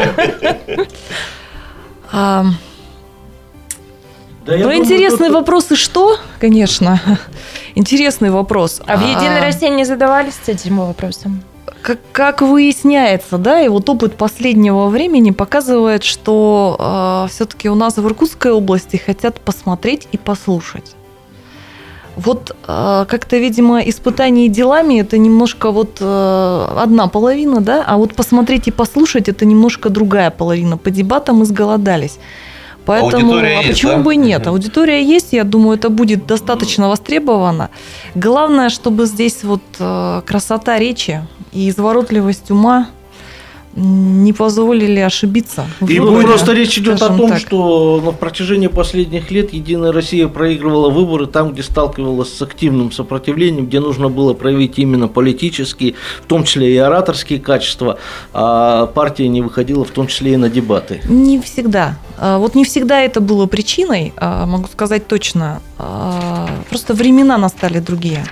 Speaker 5: А,
Speaker 6: Да, я
Speaker 5: ну,
Speaker 6: думаю,
Speaker 5: интересный
Speaker 6: тут-
Speaker 5: вопрос, и что? Конечно, интересный вопрос.
Speaker 2: А в «Единой
Speaker 5: А,
Speaker 2: России» не задавались с этим вопросом?
Speaker 5: Как, как выясняется, да, и вот опыт последнего времени показывает, что э, все-таки у нас в Иркутской области хотят посмотреть и послушать. Вот э, как-то, видимо, испытание делами это немножко вот э, одна половина, да, а вот посмотреть и послушать это немножко другая половина. По дебатам изголодались. Поэтому,
Speaker 4: Аудитория
Speaker 5: а
Speaker 4: есть,
Speaker 5: почему
Speaker 4: да?
Speaker 5: бы и нет?
Speaker 4: Мгм.
Speaker 5: Аудитория есть, я думаю, это будет достаточно востребовано. Главное, чтобы здесь вот э, красота речи и изворотливость ума не позволили ошибиться. в
Speaker 3: И
Speaker 6: Ну,
Speaker 5: выборе,
Speaker 6: просто речь идет о
Speaker 5: скажем
Speaker 6: том,
Speaker 5: так.
Speaker 6: что на протяжении последних лет Единая Россия проигрывала выборы там, где сталкивалась с активным сопротивлением, где нужно было проявить именно политические, в том числе и ораторские качества, а партия не выходила в том числе и на дебаты.
Speaker 5: Не всегда. А, Вот не всегда это было причиной, а, могу сказать точно. А, Просто времена настали другие.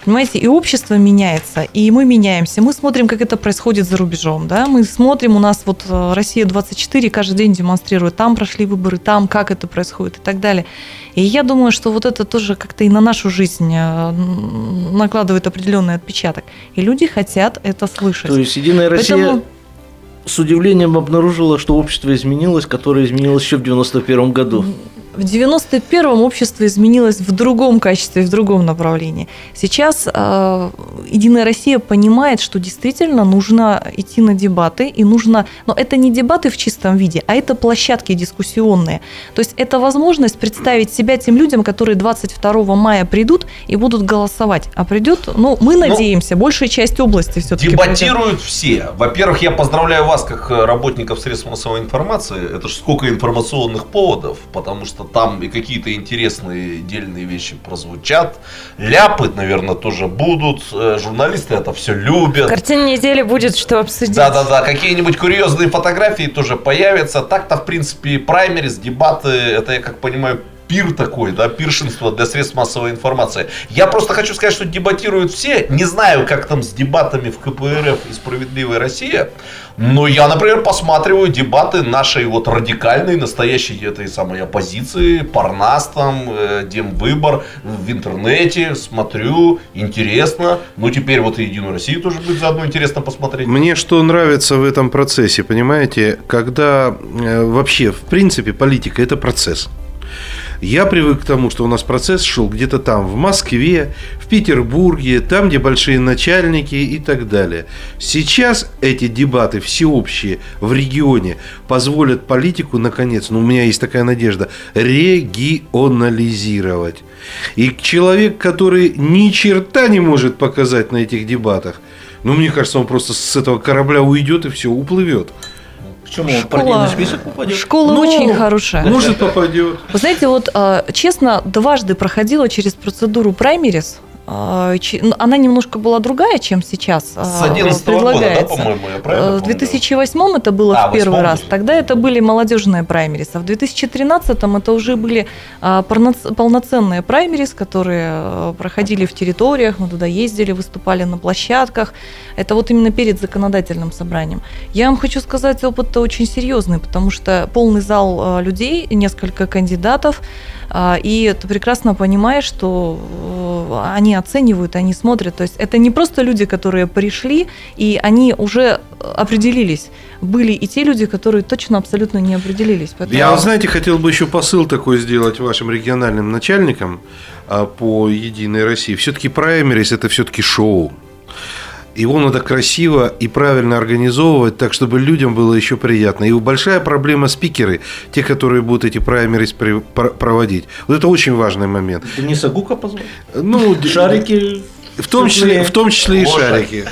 Speaker 5: Понимаете, и общество меняется, и мы меняемся. Мы смотрим, как это происходит за рубежом. Да? Мы смотрим, у нас вот Россия двадцать четыре каждый день демонстрирует, там прошли выборы, там как это происходит и так далее. И я думаю, что вот это тоже как-то и на нашу жизнь накладывает определенный отпечаток. И люди хотят это слышать.
Speaker 6: То есть «Единая Россия» Поэтому... с удивлением обнаружила, что общество изменилось, которое изменилось еще в девяносто первом году.
Speaker 5: В девяносто первом общество изменилось в другом качестве, в другом направлении. Сейчас э, «Единая Россия» понимает, что действительно нужно идти на дебаты, и нужно, но это не дебаты в чистом виде, а это площадки дискуссионные. То есть это возможность представить себя тем людям, которые двадцать второго мая придут и будут голосовать. А придет, ну, мы надеемся, ну, большая часть области все-таки
Speaker 4: дебатируют
Speaker 5: придет.
Speaker 4: Все. Во-первых, я поздравляю вас, как работников средств массовой информации. Это же сколько информационных поводов, потому что там и какие-то интересные, дельные вещи прозвучат. Ляпы, наверное, тоже будут. Журналисты это все любят.
Speaker 2: В картине недели будет что обсудить.
Speaker 4: Да-да-да. Какие-нибудь курьезные фотографии тоже появятся. Так-то, в принципе, праймерис, дебаты, это, я как понимаю, пир такой, да, пиршенство для средств массовой информации. Я просто хочу сказать, что дебатируют все. Не знаю, как там с дебатами в ка пэ эр эф и «Справедливая Россия», но я, например, посматриваю дебаты нашей вот радикальной, настоящей этой самой оппозиции, Парнас там, э, Демвыбор, в интернете, смотрю, интересно. Ну, теперь вот и «Единую Россию» тоже будет заодно интересно посмотреть.
Speaker 3: Мне что нравится в этом процессе, понимаете, когда э, вообще, в принципе, политика – это процесс. Я привык к тому, что у нас процесс шел где-то там, в Москве, в Петербурге, там, где большие начальники и так далее. Сейчас эти дебаты всеобщие в регионе позволят политику, наконец, ну, у меня есть такая надежда, регионализировать. И человек, который ни черта не может показать на этих дебатах, ну, мне кажется, он просто с этого корабля уйдет и все, уплывет.
Speaker 6: Почему? Он в партийный список попадет?
Speaker 5: Школа ну, очень хорошая.
Speaker 3: Может, попадет.
Speaker 5: Вы знаете, вот честно, дважды проходила через процедуру праймерис. Она немножко была другая, чем сейчас
Speaker 4: с одиннадцатого года, да, по-моему, я правильно помню?
Speaker 5: В две тысячи восьмом это было а, в первый раз. Тогда это были молодежные праймерис. А в две тысячи тринадцатом это уже были полноценные праймерис, которые проходили в территориях, мы туда ездили, выступали на площадках. Это вот именно перед законодательным собранием. Я вам хочу сказать, опыт очень серьезный, потому что полный зал людей, несколько кандидатов, и ты прекрасно понимаешь, что они оценивают, они смотрят. То есть это не просто люди, которые пришли, и они уже определились. Были и те люди, которые точно абсолютно не определились. Поэтому...
Speaker 3: Я, знаете, хотел бы еще посыл такой сделать вашим региональным начальникам по «Единой России». Все-таки праймерис – это все-таки шоу. Его надо красиво и правильно организовывать, так, чтобы людям было еще приятно. И большая проблема спикеры, те, которые будут эти праймерис проводить. Вот это очень важный момент.
Speaker 6: Дениса Гука позвать?
Speaker 3: Ну,
Speaker 6: шарики...
Speaker 3: В том числе, в том числе и шарики.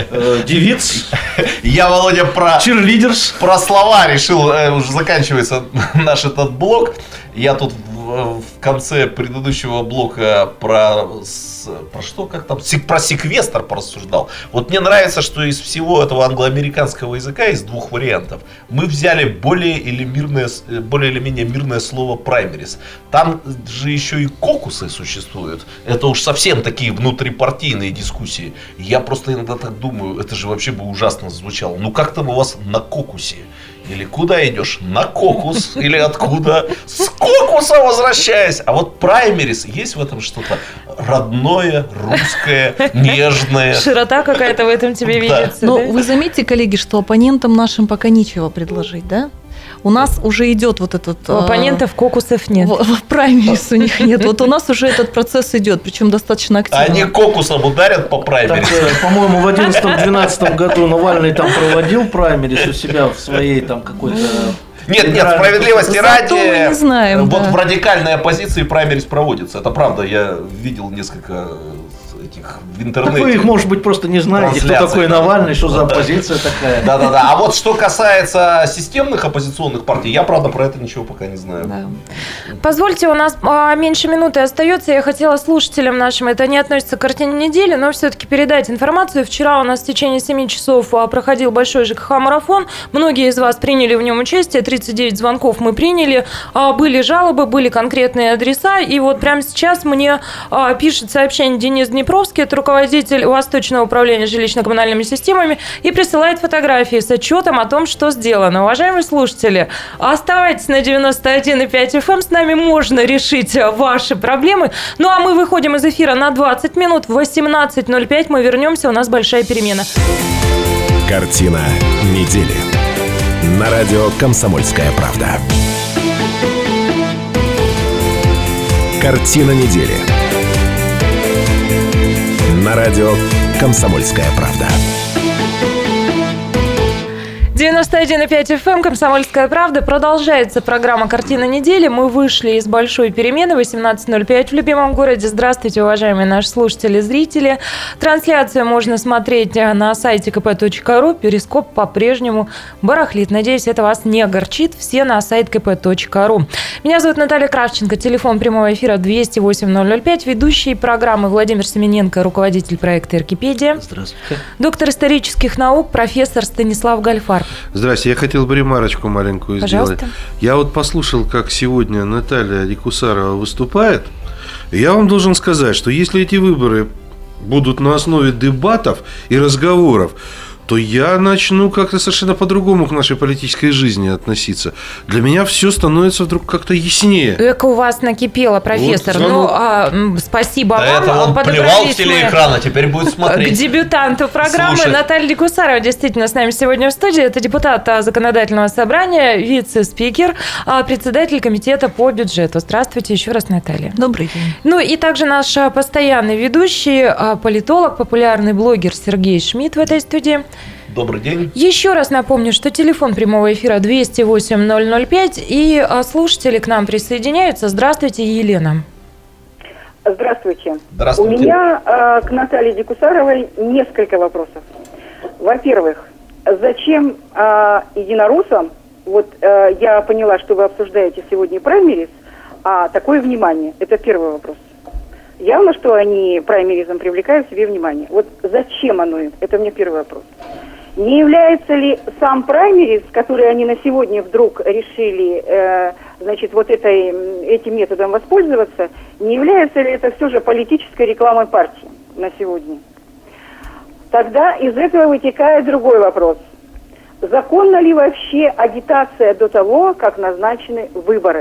Speaker 6: Девиц.
Speaker 4: Я, Володя, про...
Speaker 6: Чирлидерс.
Speaker 4: Про слова решил, уже заканчивается наш этот блок. Я тут в конце предыдущего блока про, про что, как там, про секвестр порассуждал. Вот мне нравится, что из всего этого англоамериканского языка, из двух вариантов, мы взяли более или, мирное, более или менее мирное слово праймерис. Там же еще и кокусы существуют. Это уж совсем такие внутрипартийные дискуссии. Я просто иногда так думаю, это же вообще бы ужасно звучало. Ну как там у вас на кокусе? Или куда идешь? На кокус? Или откуда? С кокуса возвращаясь. А вот праймерис, есть в этом что-то родное, русское, нежное?
Speaker 2: Широта какая-то в этом тебе видится.
Speaker 5: Но вы заметите, коллеги, что оппонентам нашим пока нечего предложить, да? У нас уже идет вот этот...
Speaker 2: У оппонентов кокусов нет.
Speaker 5: В, в праймерис у них нет. Вот у нас уже этот процесс идет, причем достаточно активно.
Speaker 4: Они кокусом ударят по праймерису.
Speaker 6: Так, по-моему, в одиннадцатом-двенадцатом году Навальный там проводил праймерис у себя в своей там какой-то...
Speaker 4: Нет, нет, справедливости ради,
Speaker 5: мы не знаем,
Speaker 4: вот
Speaker 5: да.
Speaker 4: В радикальной оппозиции праймерис проводится. Это правда, я видел несколько этих в интернете.
Speaker 6: Так вы их, может быть, просто не знаете, кто такой Навальный, что за оппозиция такая.
Speaker 4: Да-да-да. А вот что касается системных оппозиционных партий, я, правда, про это ничего пока не знаю.
Speaker 2: Да. Позвольте, у нас а, меньше минуты остается. Я хотела слушателям нашим, это не относится к картине недели, но все-таки передать информацию. Вчера у нас в течение семи часов а, проходил большой ЖКХ-марафон. Многие из вас приняли в нем участие. тридцать девять звонков мы приняли. А, были жалобы, были конкретные адреса. И вот прямо сейчас мне а, пишет сообщение Денис Днепровский. Ковалевский, это руководитель Восточного управления жилищно-коммунальными системами, и присылает фотографии с отчетом о том, что сделано. Уважаемые слушатели, оставайтесь на девяносто один и пять эф эм, с нами можно решить ваши проблемы. Ну а мы выходим из эфира на двадцать минут, в восемнадцать ноль пять мы вернемся, у нас большая перемена.
Speaker 1: Картина недели. На радио «Комсомольская правда». Картина недели. На радио «Комсомольская правда».
Speaker 2: девяносто один и пять эф эм, «Комсомольская правда». Продолжается программа «Картина недели». Мы вышли из большой перемены, восемнадцать ноль пять в любимом городе. Здравствуйте, уважаемые наши слушатели, зрители. Трансляцию можно смотреть на сайте ка пэ точка ру. Перископ по-прежнему барахлит. Надеюсь, это вас не огорчит. Все на сайт ка пэ точка ру. Меня зовут Наталья Кравченко. Телефон прямого эфира двести восемь ноль ноль пять. Ведущий программы Владимир Семененко, руководитель проекта «Эркипедия».
Speaker 6: Здравствуйте.
Speaker 2: Доктор исторических наук, профессор Станислав Гальфар.
Speaker 3: Здрасте, я хотел бы ремарочку маленькую
Speaker 2: Пожалуйста.
Speaker 3: сделать. Я вот послушал, как сегодня Наталья Дикусарова выступает. И я вам должен сказать, что если эти выборы будут на основе дебатов и разговоров, то я начну как-то совершенно по-другому к нашей политической жизни относиться. Для меня все становится вдруг как-то яснее.
Speaker 2: Эко у вас накипело, профессор.
Speaker 3: Вот,
Speaker 2: ну, а, спасибо
Speaker 4: До
Speaker 2: вам.
Speaker 4: этого он плевал в
Speaker 2: Подобрались
Speaker 4: телеэкран, а теперь будет
Speaker 2: мы
Speaker 4: смотреть.
Speaker 2: к дебютанту программы.
Speaker 4: Слушать.
Speaker 2: Наталья Дикусарова действительно с нами сегодня в студии. Это депутат Законодательного собрания, вице-спикер, а, председатель комитета по бюджету. Здравствуйте еще раз, Наталья.
Speaker 5: Добрый день.
Speaker 2: Ну и также наш а, постоянный ведущий, а, политолог, популярный блогер Сергей Шмидт в этой студии.
Speaker 4: Добрый день.
Speaker 2: Еще раз напомню, что телефон прямого эфира двести восемь ноль ноль пять, и а, слушатели к нам присоединяются. Здравствуйте, Елена.
Speaker 7: Здравствуйте.
Speaker 4: Здравствуйте.
Speaker 7: У меня э, к Наталье Дикусаровой несколько вопросов. Во-первых, зачем э, единороссам, вот э, я поняла, что вы обсуждаете сегодня праймериз, а такое внимание? Это первый вопрос. Явно, что они праймеризом привлекают себе внимание. Вот зачем оно им? Это мне первый вопрос. Не является ли сам праймериз, который они на сегодня вдруг решили, э, значит, вот этой, этим методом воспользоваться, не является ли это все же политической рекламой партии на сегодня? Тогда из этого вытекает другой вопрос. Законна ли вообще агитация до того, как назначены выборы?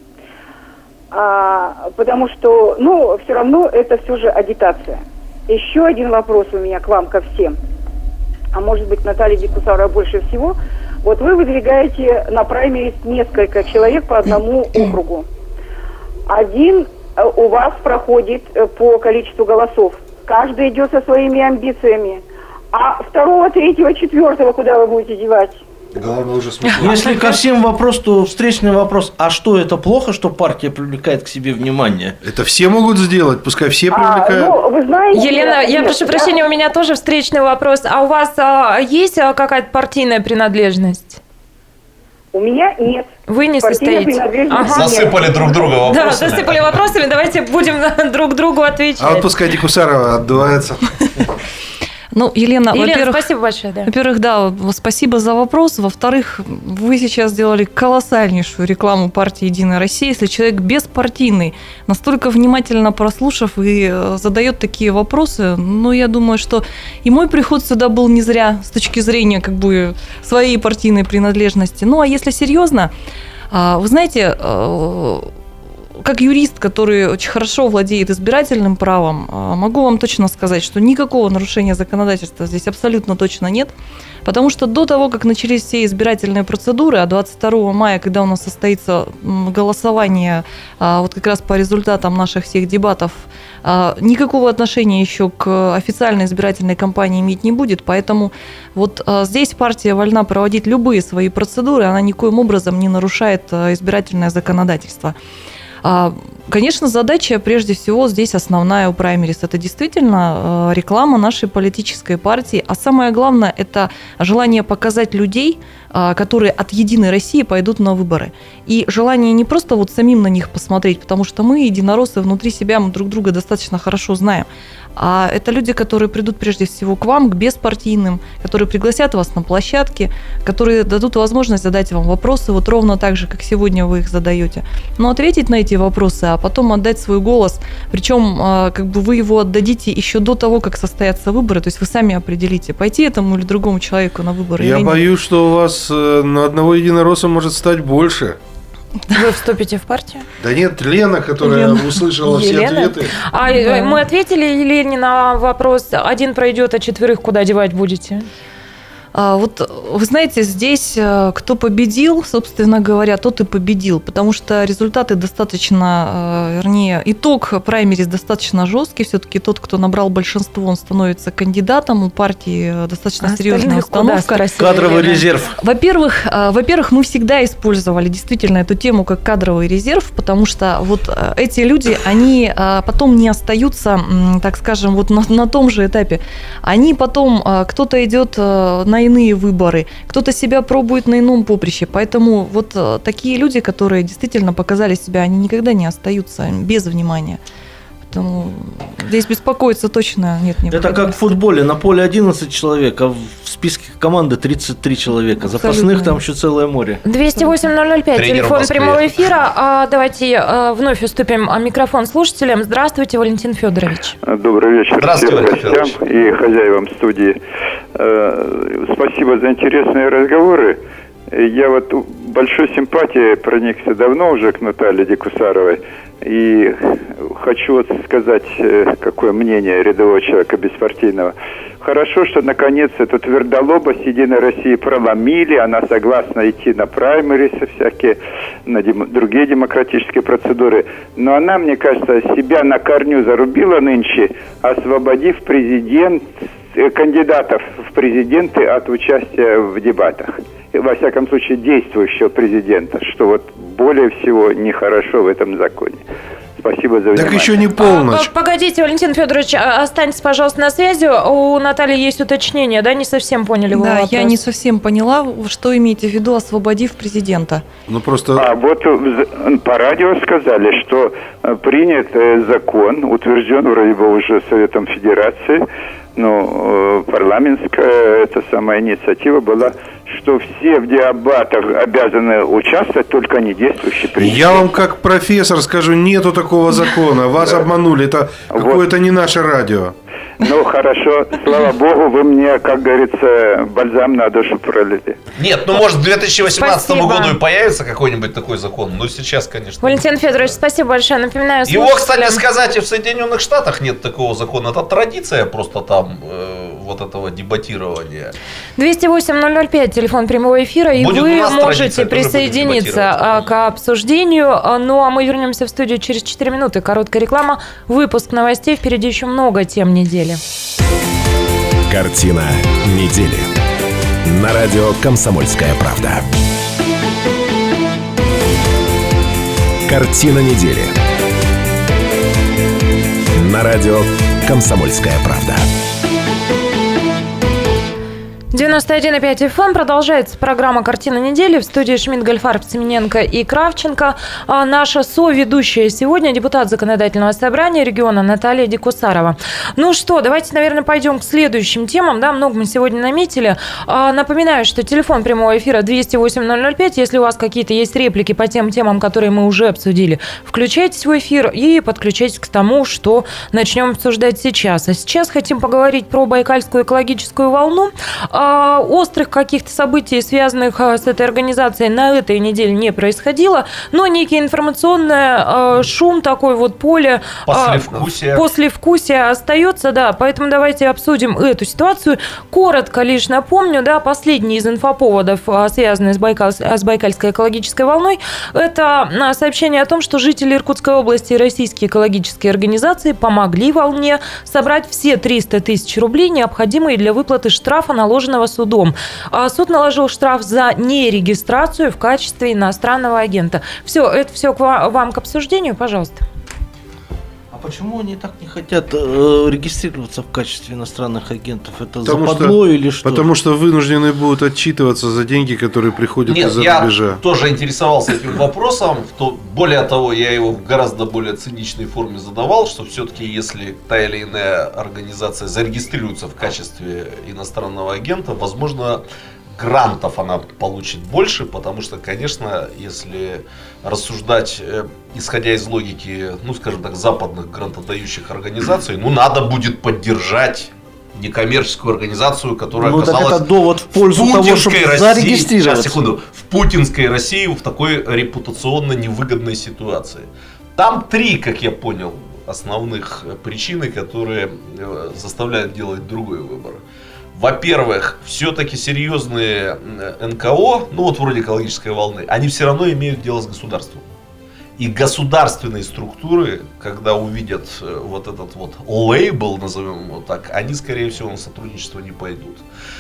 Speaker 7: А, потому что, ну, все равно это все же агитация. Еще один вопрос у меня к вам, ко всем. А может быть, Наталья Дикусарова больше всего. Вот вы выдвигаете на праймериз несколько человек по одному округу. Один у вас проходит по количеству голосов. Каждый идет со своими амбициями. А второго, третьего, четвертого куда вы будете девать?
Speaker 3: Главное уже смешно.
Speaker 6: Если ко всем вопрос, то встречный вопрос, а что, это плохо, что партия привлекает к себе внимание?
Speaker 3: Это все могут сделать, пускай все
Speaker 7: А,
Speaker 3: привлекают.
Speaker 7: ну, вы знаете,
Speaker 2: Елена, я
Speaker 7: нет,
Speaker 2: прошу
Speaker 7: я-
Speaker 2: прощения, у меня тоже встречный вопрос. А у вас а, есть а, какая-то партийная принадлежность?
Speaker 7: У меня нет.
Speaker 2: Вы не
Speaker 7: Партийной
Speaker 2: состоите?
Speaker 7: принадлежности нет.
Speaker 4: Засыпали друг друга
Speaker 2: Да,
Speaker 4: вопросами.
Speaker 2: засыпали вопросами, давайте будем друг другу отвечать.
Speaker 3: А вот пускай Дикусарова отдувается.
Speaker 5: Ну, Елена,
Speaker 2: Елена,
Speaker 5: во-первых,
Speaker 2: спасибо большое. Да.
Speaker 5: Во-первых, да, спасибо за вопрос. Во-вторых, вы сейчас сделали колоссальнейшую рекламу партии «Единая Россия». Если человек беспартийный, настолько внимательно прослушав и задает такие вопросы, ну, я думаю, что и мой приход сюда был не зря с точки зрения как бы своей партийной принадлежности. Ну, а если серьезно, вы знаете, как юрист, который очень хорошо владеет избирательным правом, могу вам точно сказать, что никакого нарушения законодательства здесь абсолютно точно нет, потому что до того, как начались все избирательные процедуры, а двадцать второго мая, когда у нас состоится голосование вот как раз по результатам наших всех дебатов, никакого отношения еще к официальной избирательной кампании иметь не будет, поэтому вот здесь партия вольна проводить любые свои процедуры, она никоим образом не нарушает избирательное законодательство. Конечно, задача прежде всего здесь основная у праймериз. Это действительно реклама нашей политической партии. А самое главное, это желание показать людей, которые от «Единой России» пойдут на выборы. И желание не просто вот самим на них посмотреть, потому что мы, единороссы, внутри себя мы друг друга достаточно хорошо знаем. А это люди, которые придут прежде всего к вам, к беспартийным, которые пригласят вас на площадке, которые дадут возможность задать вам вопросы, вот ровно так же, как сегодня вы их задаете. Но ответить на эти вопросы, а потом отдать свой голос. Причем как бы вы его отдадите еще до того, как состоятся выборы, то есть вы сами определите, пойти этому или другому человеку на выборы.
Speaker 3: Я боюсь, что у вас на одного единоросса может стать больше.
Speaker 2: Вы вступите в партию?
Speaker 3: Да нет, Лена, которая
Speaker 5: Лена.
Speaker 3: услышала
Speaker 2: Елена?
Speaker 3: все ответы.
Speaker 2: А
Speaker 5: Да.
Speaker 2: мы ответили Елене на вопрос, один пройдет, а четверых куда девать будете?
Speaker 5: А вот вы знаете, здесь кто победил, собственно говоря, тот и победил, потому что результаты достаточно, вернее, итог праймериз достаточно жесткий. Все-таки тот, кто набрал большинство, он становится кандидатом. У партии достаточно
Speaker 2: А
Speaker 5: серьезная
Speaker 2: остальных куда
Speaker 5: установка.
Speaker 2: спросили,
Speaker 6: Кадровый
Speaker 2: Елена?
Speaker 6: резерв.
Speaker 5: Во-первых, во-первых, мы всегда использовали действительно эту тему как кадровый резерв, потому что вот эти люди, они потом не остаются, так скажем, вот на, на том же этапе. Они потом, кто-то идет на иные выборы, кто-то себя пробует на ином поприще. Поэтому вот такие люди, которые действительно показали себя, они никогда не остаются без внимания. Поэтому здесь беспокоиться точно нет необходимости.
Speaker 6: Это как в футболе. На поле одиннадцать человек, а в списке команды тридцать три человека. Запасных
Speaker 5: Абсолютно.
Speaker 6: там еще целое море.
Speaker 2: двести восемь ноль ноль пять,
Speaker 4: Тренер в
Speaker 2: телефон
Speaker 4: Москве.
Speaker 2: прямого эфира. А, давайте а, вновь уступим а, микрофон слушателям. Здравствуйте, Валентин Федорович.
Speaker 8: Добрый вечер
Speaker 4: Здравствуйте,
Speaker 8: всем
Speaker 4: Валентин
Speaker 8: гостям и хозяевам студии. Э, Спасибо за интересные разговоры. Я вот большой симпатией проникся давно уже к Наталье Декусаровой. И хочу вот сказать, э, какое мнение рядового человека беспартийного. Хорошо, что наконец эту твердолобость Единой России проломили. Она согласна идти на праймерисы всякие, на дем- другие демократические процедуры. Но она, мне кажется, себя на корню зарубила нынче, освободив президент, э, кандидатов в президенты от участия в дебатах. Во всяком случае, действующего президента, что вот более всего нехорошо в этом законе. Спасибо за внимание.
Speaker 3: Так еще не полночь.
Speaker 2: А, погодите, Валентин Федорович, а, останьтесь, пожалуйста, на связи. У Натальи есть уточнение, да? Не совсем поняли вы
Speaker 5: Да,
Speaker 2: вопрос.
Speaker 5: я не совсем поняла, что имеете в виду, освободив президента.
Speaker 3: Ну просто...
Speaker 8: А вот в- по радио сказали, что э, принят э, закон, утвержден вроде бы уже Советом Федерации, но э, парламентская эта самая инициатива была, что все в дебатах обязаны участвовать, только не действующий президент.
Speaker 3: Я вам как профессор скажу, нету такого закона. Вас обманули. Это
Speaker 8: Вот.
Speaker 3: какое-то не наше радио.
Speaker 8: Ну, хорошо, слава богу, вы мне, как говорится, бальзам на душу пролили.
Speaker 4: Нет, ну может к две тысячи восемнадцатому
Speaker 2: Спасибо.
Speaker 4: году и появится какой-нибудь такой закон, но сейчас, конечно.
Speaker 2: Валентин Федорович, спасибо большое. Напоминаю
Speaker 4: Его, кстати
Speaker 2: слушателям.
Speaker 4: сказать, и в Соединенных Штатах нет такого закона. Это традиция просто там э, вот этого дебатирования.
Speaker 2: двести восемь ноль ноль пять, телефон прямого эфира, и
Speaker 4: Будет
Speaker 2: вы
Speaker 4: у нас
Speaker 2: можете
Speaker 4: традиция, тоже будем
Speaker 2: присоединиться
Speaker 4: дебатировать.
Speaker 2: а, к обсуждению. А, Ну, а мы вернемся в студию через четыре минуты. Короткая реклама, выпуск новостей. Впереди еще много тем недели.
Speaker 1: Картина недели. На радио «Комсомольская правда». Картина недели. На радио «Комсомольская правда».
Speaker 2: девяносто один и пять эф эм. Продолжается программа «Картина недели». В студии Шмидт, Гольфарб, Семененко и Кравченко. А наша соведущая сегодня депутат Законодательного собрания региона Наталья Декусарова. Ну что, давайте, наверное, пойдем к следующим темам. Да, много мы сегодня наметили. А, напоминаю, что телефон прямого эфира двести восемь ноль ноль пять. Если у вас какие-то есть реплики по тем темам, которые мы уже обсудили, включайтесь в эфир и подключайтесь к тому, что начнем обсуждать сейчас. А сейчас хотим поговорить про Байкальскую экологическую волну. Острых каких-то событий, связанных с этой организацией, на этой неделе не происходило, но некий информационный шум, такой вот поле
Speaker 4: Послевкусие.
Speaker 2: послевкусие остается, да, поэтому давайте обсудим эту ситуацию. Коротко лишь напомню, да, последний из инфоповодов, связанный с, Байкал, с Байкальской экологической волной, это сообщение о том, что жители Иркутской области и российские экологические организации помогли волне собрать все триста тысяч рублей, необходимые для выплаты штрафа, наложенного судом. Суд наложил штраф за нерегистрацию в качестве иностранного агента. Все, это все к вам, вам к обсуждению, пожалуйста.
Speaker 6: А почему они так не хотят э, регистрироваться в качестве иностранных агентов? Это
Speaker 3: Потому
Speaker 6: западло
Speaker 3: что,
Speaker 6: или что?
Speaker 3: Потому что вынуждены будут отчитываться за деньги, которые приходят
Speaker 4: Нет,
Speaker 3: из-за
Speaker 4: я
Speaker 3: рубежа.
Speaker 4: тоже интересовался этим вопросом. То, более того, я его в гораздо более циничной форме задавал, что все-таки если та или иная организация зарегистрируется в качестве иностранного агента, возможно, грантов она получит больше, потому что, конечно, если рассуждать, э, исходя из логики, ну, скажем так, западных грантодающих организаций, ну, надо будет поддержать некоммерческую организацию, которая
Speaker 6: ну,
Speaker 4: оказалась
Speaker 6: так это довод в пользу
Speaker 4: в
Speaker 6: того, чтобы
Speaker 4: России,
Speaker 6: зарегистрироваться.
Speaker 4: сейчас, секунду, в путинской России в такой репутационно невыгодной ситуации. Там три, как я понял, основных причины, которые заставляют делать другой выбор. Во-первых, все-таки серьезные эн ка о, ну вот вроде экологической волны, они все равно имеют дело с государством. И государственные структуры, когда увидят вот этот вот лейбл, назовем его так, они, скорее всего, на сотрудничество не пойдут.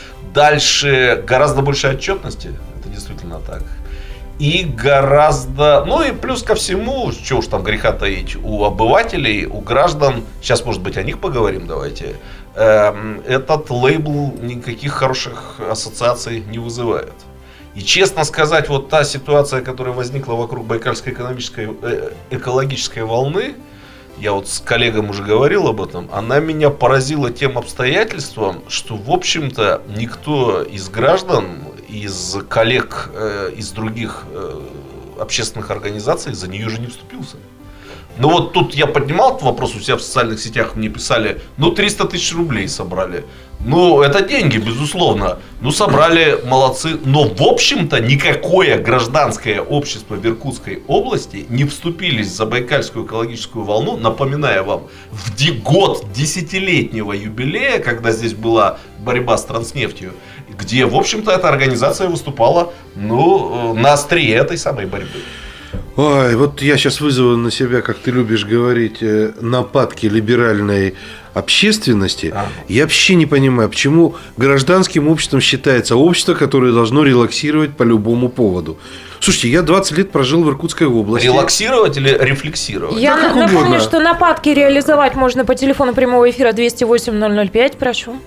Speaker 4: Дальше гораздо больше отчетности, это действительно так. И гораздо, ну и плюс ко всему, что уж там греха таить, у обывателей, у граждан, сейчас, может быть, о них поговорим, давайте, э, этот лейбл никаких хороших ассоциаций не вызывает. И честно сказать, вот та ситуация, которая возникла вокруг Байкальской экономической, э, экологической волны, я вот с коллегом уже говорил об этом, она меня поразила тем обстоятельством, что, в общем-то, никто из граждан, из коллег, э, из других э, общественных организаций за нее же не вступился. Ну вот тут я поднимал этот вопрос у себя в социальных сетях, мне писали, ну триста тысяч рублей собрали. Ну это деньги, безусловно. Ну собрали, молодцы. Но в общем-то никакое гражданское общество в Иркутской области не вступились за Байкальскую экологическую волну. Напоминаю вам, в год десятилетнего юбилея, когда здесь была борьба с Транснефтью, где в общем-то эта организация выступала, ну, на острие этой самой борьбы.
Speaker 3: Ой, вот я сейчас вызову на себя, как ты любишь говорить, нападки либеральной общественности. А. Я вообще не понимаю, почему гражданским обществом считается общество, которое должно релаксировать по любому поводу. Слушайте, я двадцать лет прожил в Иркутской области.
Speaker 4: Релаксировать или рефлексировать?
Speaker 2: Я
Speaker 3: да,
Speaker 2: напомню,
Speaker 3: угодно.
Speaker 2: что нападки реализовать можно по телефону прямого эфира двести восемь ноль ноль пять, прошу.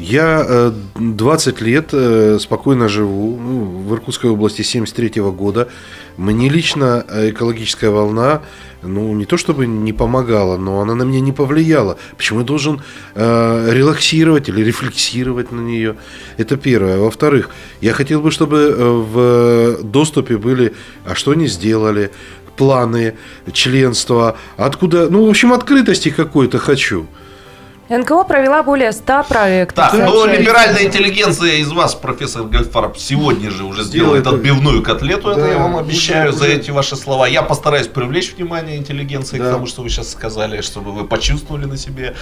Speaker 3: Я двадцать лет спокойно живу в Иркутской области семьдесят третьего года. Мне лично экологическая волна, ну, не то чтобы не помогала, но она на меня не повлияла. Почему я должен э, релаксировать или рефлексировать на нее? Это первое. Во-вторых, я хотел бы, чтобы в доступе были, а что они сделали, планы, членства, откуда, ну, в общем, открытости какой-то хочу.
Speaker 2: эн ка о провела более ста проектов.
Speaker 4: Так, ну либеральная интеллигенция из вас, профессор Гольдфарб, сегодня же уже сделает отбивную котлету, да, это я вам обещаю, уже, за эти ваши слова. Я постараюсь привлечь внимание интеллигенции, да, к тому, что вы сейчас сказали, чтобы вы почувствовали на себе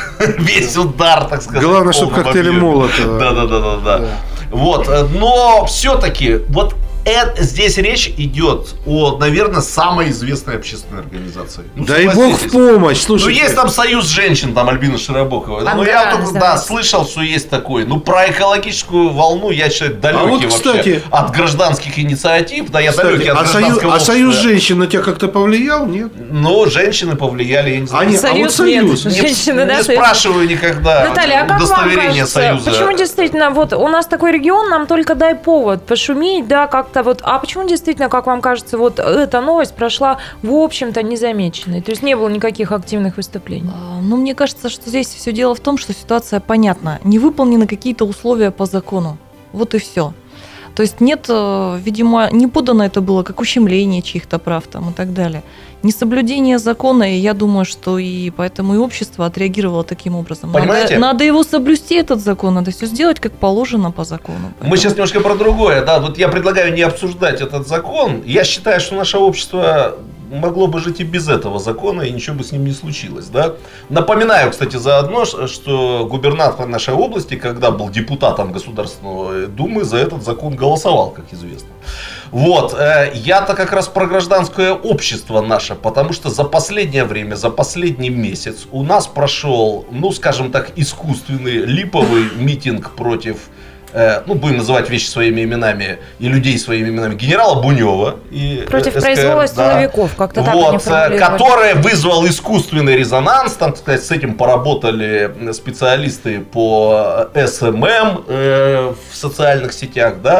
Speaker 4: весь удар, так сказать.
Speaker 3: Главное, чтобы коктейли Молотова.
Speaker 4: Да, да, да, да, да. Вот, но все-таки, вот это, здесь речь идет о, наверное, самой известной общественной организации. Ну,
Speaker 3: дай бог в помощь, слушай.
Speaker 4: Ну, есть там союз женщин, там Альбина Широбокова.
Speaker 2: А
Speaker 4: ну,
Speaker 2: да,
Speaker 4: я только,
Speaker 2: да,
Speaker 4: да, слышал, что есть такой. Ну, про экологическую волну я человек далекий, а вот, вообще, кстати, от гражданских инициатив. Да, я кстати, далекий от
Speaker 3: а
Speaker 4: гражданского
Speaker 3: союз, а союз женщин на тебя как-то повлиял, нет?
Speaker 4: Ну, женщины повлияли, я не знаю.
Speaker 3: А, нет,
Speaker 2: союз,
Speaker 3: а вот союз.
Speaker 2: Нет. Женщины,
Speaker 4: не,
Speaker 2: да,
Speaker 4: не спрашиваю никогда.
Speaker 2: Наталья, а как
Speaker 4: удостоверение
Speaker 2: вам кажется,
Speaker 4: союза.
Speaker 2: Почему действительно, вот у нас такой регион, нам только дай повод пошуметь, да, как-то вот, а почему действительно, как вам кажется, вот эта новость прошла, в общем-то, незамеченной? То есть не было никаких активных выступлений?
Speaker 5: Ну, мне кажется, что здесь все дело в том, что ситуация понятна. Не выполнены какие-то условия по закону. Вот и все. То есть нет, видимо, не подано это было как ущемление чьих-то прав там и так далее. Несоблюдение закона, и я думаю, что и поэтому и общество отреагировало таким образом.
Speaker 4: Понимаете?
Speaker 5: Надо, надо его соблюсти, этот закон, надо все сделать как положено по закону.
Speaker 4: Поэтому... Мы сейчас немножко про другое, да, вот я предлагаю не обсуждать этот закон. Я считаю, что наше общество могло бы жить и без этого закона, и ничего бы с ним не случилось, да. Напоминаю, кстати, заодно, что губернатор нашей области, когда был депутатом Государственной Думы, за этот закон голосовал, как известно. Вот, я-то как раз про гражданское общество наше, потому что за последнее время, за последний месяц у нас прошел, ну, скажем так, искусственный липовый митинг против, ну, будем называть вещи своими именами и людей своими именами, генерала Бунева. И
Speaker 2: против
Speaker 4: СКР,
Speaker 2: произвола
Speaker 4: да,
Speaker 2: силовиков, как-то так
Speaker 4: вот,
Speaker 2: они формулировали.
Speaker 4: который вызвал искусственный резонанс, там, так сказать, с этим поработали специалисты по эс эм эм э, в социальных сетях, да.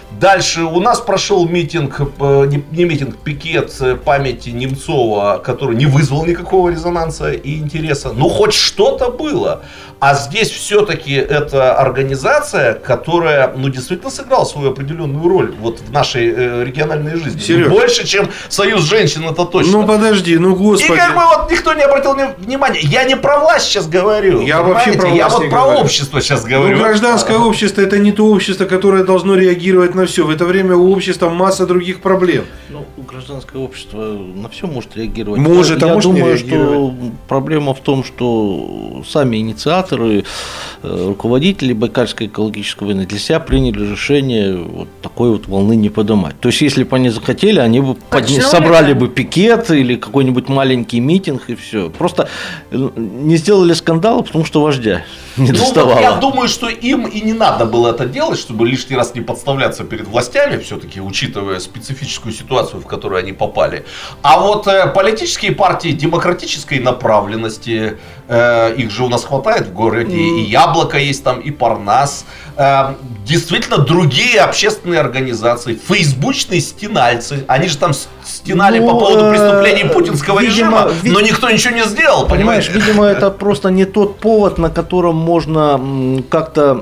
Speaker 4: Дальше у нас прошел митинг, не, не митинг, пикет памяти Немцова, который не вызвал никакого резонанса и интереса. Ну, хоть что-то было. А здесь все-таки это организация, которая, ну, действительно сыграла свою определенную роль вот в нашей э, региональной жизни.
Speaker 3: Сереж.
Speaker 4: Больше, чем Союз женщин, это точно.
Speaker 3: Ну, подожди, ну, господи.
Speaker 4: И как бы вот никто не обратил внимания. Я не про власть сейчас говорю.
Speaker 3: Я вообще про
Speaker 4: Я
Speaker 3: власть
Speaker 4: вот
Speaker 3: не
Speaker 4: про
Speaker 3: говорю.
Speaker 4: общество сейчас говорю.
Speaker 3: Ну, гражданское общество – это не то общество, которое должно реагировать на все. В это время у общества масса других проблем.
Speaker 6: Ну, гражданское общество на все может реагировать.
Speaker 3: Может,
Speaker 6: я
Speaker 3: а может не
Speaker 6: думаю,
Speaker 3: реагировать.
Speaker 6: что проблема в том, что сами инициаторы, э, руководители Байкальской экологической войны для себя приняли решение вот такой вот волны не поднимать. То есть, если бы они захотели, они бы подня... собрали бы пикет или какой-нибудь маленький митинг и все. Просто не сделали скандала, потому что вождя не доставало.
Speaker 4: Ну, вот я думаю, что им и не надо было это делать, чтобы лишний раз не подставляться перед властями, все-таки учитывая специфическую ситуацию, в которую они попали. А вот э, политические партии демократической направленности, э, их же у нас хватает в городе, mm. и Яблоко есть там, и Парнас, э, действительно другие общественные организации, фейсбучные стенальцы, они же там стенали ну, по поводу преступлений э, путинского видимо, режима, ви... но никто ничего не сделал,
Speaker 6: понимаешь?
Speaker 4: Понимаешь,
Speaker 6: видимо, это просто не тот повод, на котором можно как-то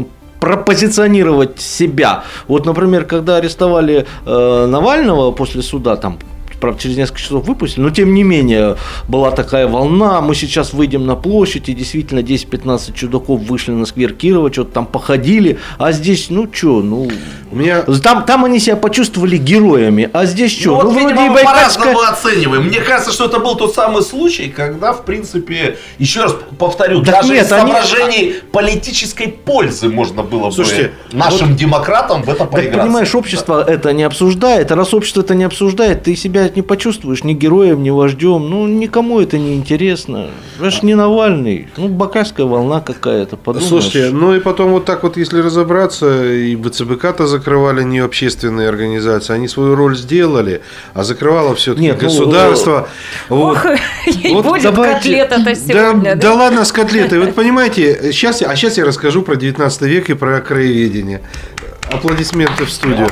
Speaker 6: пропозиционировать себя. Вот, например, когда арестовали э, Навального после суда, там, правда, через несколько часов выпустили, но тем не менее была такая волна, мы сейчас выйдем на площадь, и действительно десять-пятнадцать чудаков вышли на сквер Кирова, что-то там походили, а здесь, ну что, ну,
Speaker 3: у меня...
Speaker 6: там, там они себя почувствовали героями, а здесь что?
Speaker 4: Ну,
Speaker 6: ну,
Speaker 4: вот,
Speaker 6: вроде
Speaker 4: видимо,
Speaker 6: и
Speaker 4: мы
Speaker 6: Байкальская...
Speaker 4: по-разному оцениваем. Мне кажется, что это был тот самый случай, когда, в принципе, еще раз повторю,
Speaker 6: так
Speaker 4: даже
Speaker 6: нет,
Speaker 4: из
Speaker 6: они...
Speaker 4: соображений политической пользы можно было
Speaker 3: Слушайте,
Speaker 4: бы нашим
Speaker 6: вот...
Speaker 4: демократам в это поиграться.
Speaker 6: Так, понимаешь, общество да. это не обсуждает, а раз общество это не обсуждает, ты себя не почувствуешь ни героем, ни вождем, ну, никому это не интересно. Это ж не Навальный, ну, Байкальская волна какая-то, подумаешь.
Speaker 3: Слушайте, ну и потом вот так вот, если разобраться, и ВЦБК-то закрывали не общественные организации, они свою роль сделали, а закрывало все-таки государство.
Speaker 2: Ну, вот. Ох, вот будет давайте... котлета-то сегодня.
Speaker 3: Да, да? да ладно с котлетой. Вот понимаете, сейчас, а сейчас я расскажу про девятнадцатый век и про краеведение. Аплодисменты в студию.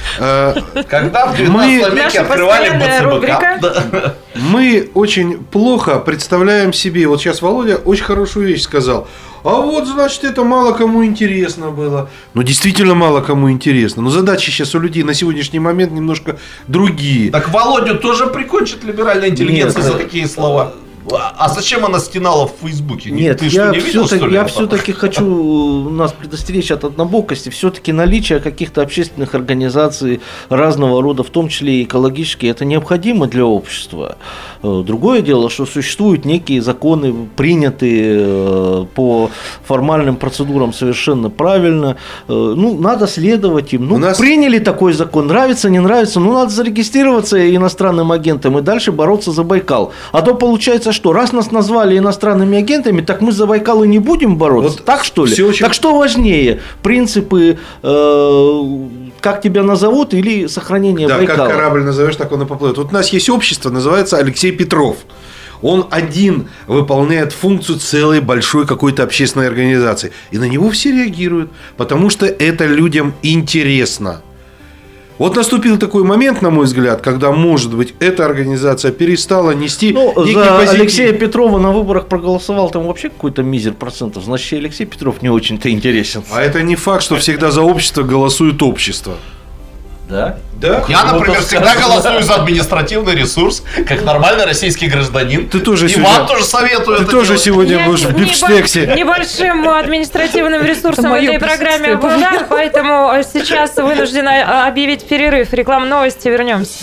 Speaker 4: Когда в девятнадцатом веке открывали ВЦБК,
Speaker 3: мы очень плохо представляем себе. Вот сейчас Володя очень хорошую вещь сказал. А вот, значит, это мало кому интересно было. Ну, действительно мало кому интересно. Но задачи сейчас у людей на сегодняшний момент немножко другие.
Speaker 4: Так Володю тоже прикончит либеральная интеллигенция за такие слова. А зачем она стенала в Фейсбуке?
Speaker 6: Нет,
Speaker 4: Ты
Speaker 6: я
Speaker 4: что, не видел,
Speaker 6: все-таки,
Speaker 4: что ли?
Speaker 6: я все-таки хочу нас предостеречь от однобокости. Все-таки наличие каких-то общественных организаций разного рода, в том числе и экологические, это необходимо для общества. Другое дело, что существуют некие законы, принятые по формальным процедурам совершенно правильно. Ну, надо следовать им. Ну, нас... приняли такой закон, нравится, не нравится, ну, надо зарегистрироваться иностранным агентом и дальше бороться за Байкал. А то получается, что раз нас назвали иностранными агентами, так мы за Байкал и не будем бороться. Вот так что ли? Очень... Так что важнее? Принципы, э, как тебя назовут, или сохранение
Speaker 3: да,
Speaker 6: Байкала?
Speaker 3: Да, как корабль назовешь, так он и поплывет. Вот у нас есть общество, называется Алексей Петров. Он один выполняет функцию целой большой какой-то общественной организации. И на него все реагируют, потому что это людям интересно. Вот наступил такой момент, на мой взгляд, когда, может быть, эта организация перестала нести
Speaker 6: ну,
Speaker 3: некий
Speaker 6: за
Speaker 3: позитив.
Speaker 6: Алексея Петрова на выборах проголосовал там вообще какой-то мизер процентов. Значит, Алексей Петров не очень-то интересен.
Speaker 3: А это не факт, что всегда за общество голосует общество.
Speaker 6: Да?
Speaker 3: Да?
Speaker 4: Я, например, всегда голосую за административный ресурс, как нормальный российский гражданин.
Speaker 3: Ты тоже
Speaker 4: и
Speaker 3: сегодня,
Speaker 4: вам тоже советую.
Speaker 3: Ты
Speaker 4: это
Speaker 3: тоже
Speaker 4: делать.
Speaker 3: сегодня
Speaker 2: Я
Speaker 3: будешь в бифштексе.
Speaker 2: Небольшим административным ресурсом в этой программе обладаю, поэтому сейчас вынуждена объявить перерыв. Реклама, новости, вернемся.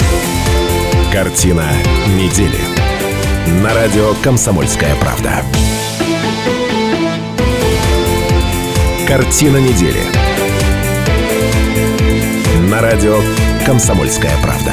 Speaker 1: Картина недели. На радио «Комсомольская правда». Картина недели. На радио «Комсомольская правда».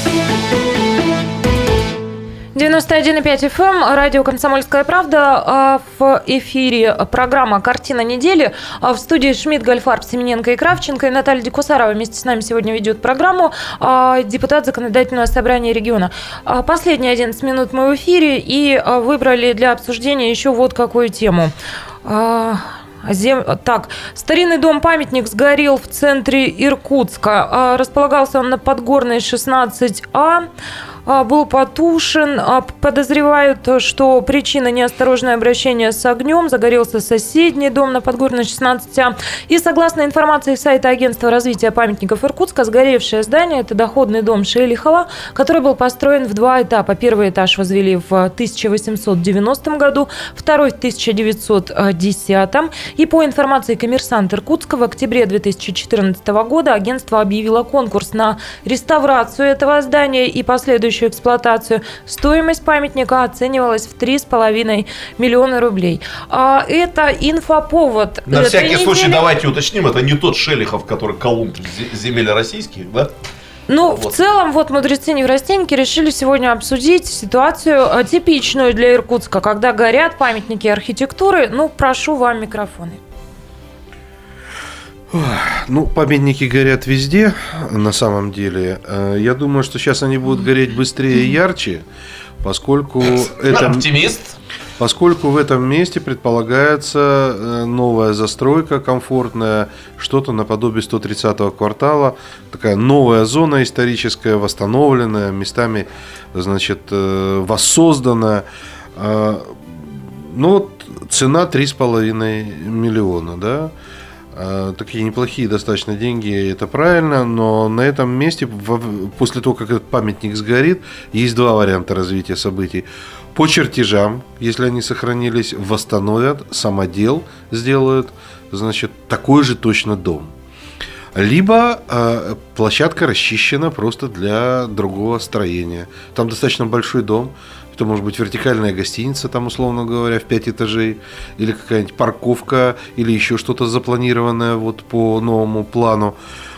Speaker 2: девяносто один и пять эф эм, радио «Комсомольская правда». В эфире программа «Картина недели». В студии Шмидт, Гольфарб, Семененко и Кравченко. И Наталья Дикусарова вместе с нами сегодня ведет программу. Депутат Законодательного собрания региона. Последние одиннадцать минут мы в эфире. И выбрали для обсуждения еще вот какую тему. Зем... Так, старинный дом-памятник сгорел в центре Иркутска. Располагался он на Подгорной шестнадцать А. Был потушен. Подозревают, что причина неосторожное обращение с огнем. Загорелся соседний дом на Подгорной шестнадцать А. И согласно информации сайта Агентства развития памятников Иркутска, сгоревшее здание – это доходный дом Шелихова, который был построен в два этапа. Первый этаж возвели в тысяча восемьсот девяностом году, второй в тысяча девятьсот десятом. И по информации «Коммерсант Иркутска» в октябре две тысячи четырнадцатого года агентство объявило конкурс на реставрацию этого здания и последующую эксплуатацию. Стоимость памятника оценивалась в три с половиной миллиона рублей. А это инфоповод.
Speaker 4: На
Speaker 2: этой
Speaker 4: всякий
Speaker 2: недели.
Speaker 4: случай давайте уточним, это не тот Шелихов, который колумб земель российских, да?
Speaker 2: Ну,
Speaker 4: Вот.
Speaker 2: в целом, вот мудрецы-неврастенники решили сегодня обсудить ситуацию типичную для Иркутска, когда горят памятники архитектуры. Ну, прошу вам микрофоны.
Speaker 3: Ну, памятники горят везде, на самом деле. Я думаю, что сейчас они будут гореть быстрее и ярче, поскольку это,
Speaker 4: Оптимист.
Speaker 3: поскольку в этом месте предполагается новая застройка комфортная, что-то наподобие сто тридцатого квартала, такая новая зона историческая, восстановленная, местами, значит, воссозданная. Ну, вот цена три с половиной миллиона, да. Такие неплохие достаточно деньги, это правильно, но на этом месте, после того, как этот памятник сгорит, есть два варианта развития событий. По чертежам, если они сохранились, восстановят, самодел сделают, значит, такой же точно дом. Либо э, площадка расчищена просто для другого строения. Там достаточно большой дом. Это может быть вертикальная гостиница, там, условно говоря, в пять этажей, или какая-нибудь парковка, или еще что-то запланированное вот по новому плану.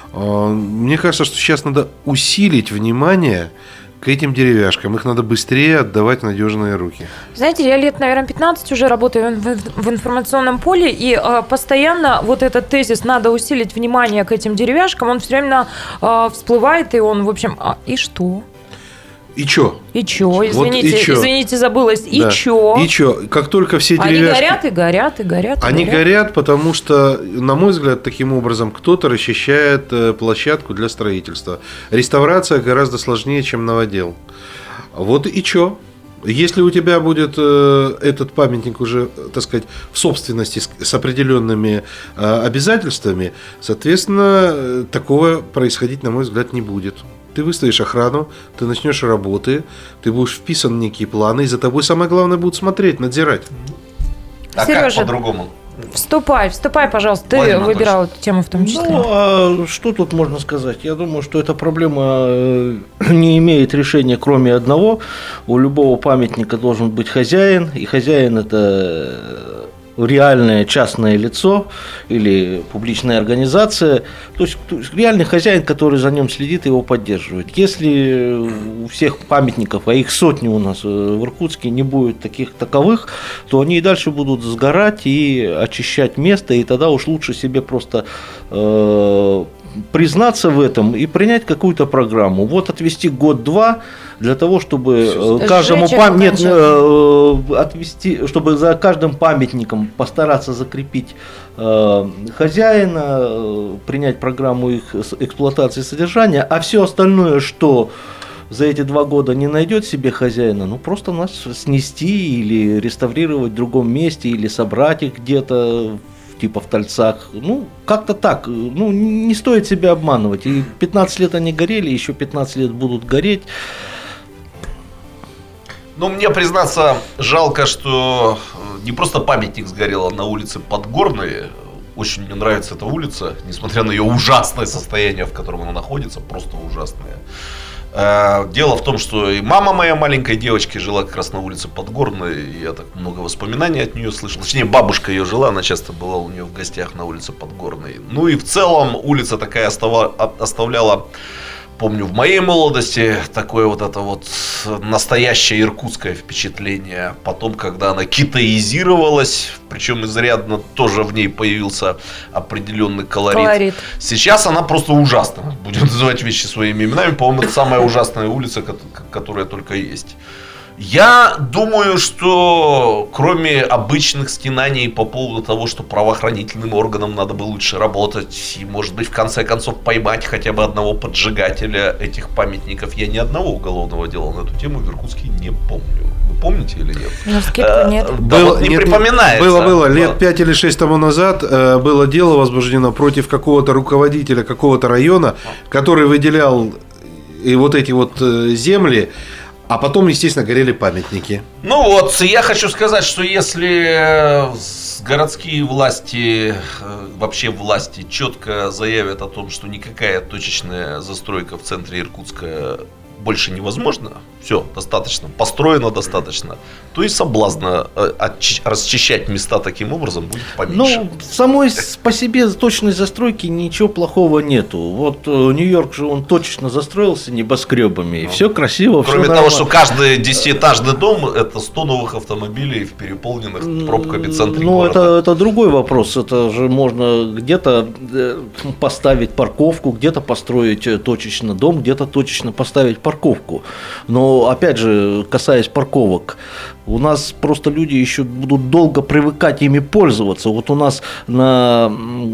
Speaker 3: Мне кажется, что сейчас надо усилить внимание к этим деревяшкам. Их надо быстрее отдавать в надежные руки.
Speaker 2: Знаете, я лет, наверное, пятнадцать уже работаю в, в информационном поле, и э, постоянно вот этот тезис «надо усилить внимание к этим деревяшкам», он все время э, всплывает, и он, в общем, а, и что?
Speaker 3: И чё?
Speaker 2: И чё? Извините,
Speaker 3: Вот и чё?
Speaker 2: извините, забылась. И
Speaker 3: Да.
Speaker 2: чё?
Speaker 3: И чё? Как только все
Speaker 2: Они
Speaker 3: деревяшки...
Speaker 2: горят и горят, и горят. и
Speaker 3: Они
Speaker 2: горят.
Speaker 3: горят, потому что, на мой взгляд, таким образом кто-то расчищает э, площадку для строительства. Реставрация гораздо сложнее, чем новодел. Вот и чё? Если у тебя будет э, этот памятник уже, так сказать, в собственности с, с определенными э, обязательствами, соответственно, э, такого происходить, на мой взгляд, не будет. Ты выставишь охрану, ты начнешь работы, ты будешь вписан в некие планы, и за тобой самое главное будут смотреть, надзирать.
Speaker 4: А
Speaker 2: Сережа,
Speaker 4: как по-другому?
Speaker 2: Вступай, вступай, пожалуйста. Ты
Speaker 4: Владимир
Speaker 2: выбирал эту тему в том числе.
Speaker 6: Ну, а что тут можно сказать? Я думаю, что эта проблема э, не имеет решения, кроме одного. У любого памятника должен быть хозяин, и хозяин – это реальное частное лицо или публичная организация, то есть, то есть реальный хозяин, который за ним следит и его поддерживает. Если у всех памятников, а их сотни у нас в Иркутске, не будет таких таковых, то они и дальше будут сгорать и очищать место, и тогда уж лучше себе просто э, признаться в этом и принять какую-то программу. Вот отвести год-два для того, чтобы
Speaker 2: Сжечь
Speaker 6: каждому
Speaker 2: их
Speaker 6: пам... Нет,
Speaker 2: окончательно.
Speaker 6: э, отвести, чтобы за каждым памятником постараться закрепить э, хозяина, э, принять программу их эксплуатации и содержания, а все остальное, что за эти два года не найдет себе хозяина, ну просто нас снести или реставрировать в другом месте, или собрать их где-то типа в Тольцах. Ну, как-то так. Ну, не стоит себя обманывать. И пятнадцать лет они горели, еще пятнадцать лет будут гореть.
Speaker 4: Ну, мне, признаться, жалко, что не просто памятник сгорел, а на улице Подгорной. Очень мне нравится эта улица, несмотря на ее ужасное состояние, в котором она находится, просто ужасное. Дело в том, что и мама моя маленькой девочки жила как раз на улице Подгорной, и я так много воспоминаний от нее слышал. Точнее, бабушка ее жила, она часто была у нее в гостях на улице Подгорной. Ну и в целом улица такая оставляла, помню, в моей молодости такое вот это вот настоящее иркутское впечатление. Потом, когда она китаизировалась, причем изрядно тоже в ней появился определенный колорит.
Speaker 2: Колорит.
Speaker 4: Сейчас она просто ужасна. Будем называть вещи своими именами. По-моему, это самая ужасная улица, которая только есть. Я думаю, что кроме обычных стенаний по поводу того, что правоохранительным органам надо бы лучше работать и, может быть, в конце концов поймать хотя бы одного поджигателя этих памятников, я ни одного уголовного дела на эту тему в Иркутске не помню. Вы помните или нет?
Speaker 2: На вскидку нет.
Speaker 4: Да,
Speaker 3: Было,
Speaker 4: вот не
Speaker 3: нет,
Speaker 4: припоминается.
Speaker 3: Было, было.
Speaker 4: Да.
Speaker 3: Лет пять или шесть тому назад э, было дело возбуждено против какого-то руководителя какого-то района, который выделял и вот эти вот э, земли. А потом, естественно, горели памятники.
Speaker 4: Ну вот, я хочу сказать, что если городские власти, вообще власти четко заявят о том, что никакая точечная застройка в центре Иркутска больше невозможно, все, достаточно, построено достаточно, то и соблазна расчищать места таким образом будет поменьше.
Speaker 6: Ну, самой по себе точной застройки ничего плохого нету. Вот Нью-Йорк же он точечно застроился небоскребами, и все красиво.
Speaker 4: Кроме
Speaker 6: все
Speaker 4: того,
Speaker 6: нормально.
Speaker 4: что каждый десятиэтажный дом это сто новых автомобилей в переполненных пробками центре
Speaker 6: Ну,
Speaker 4: города.
Speaker 6: это, это другой вопрос. Это же можно где-то поставить парковку, где-то построить точечно дом, где-то точечно поставить парковку. Но, опять же, касаясь парковок, у нас просто люди еще будут долго привыкать ими пользоваться. Вот у нас на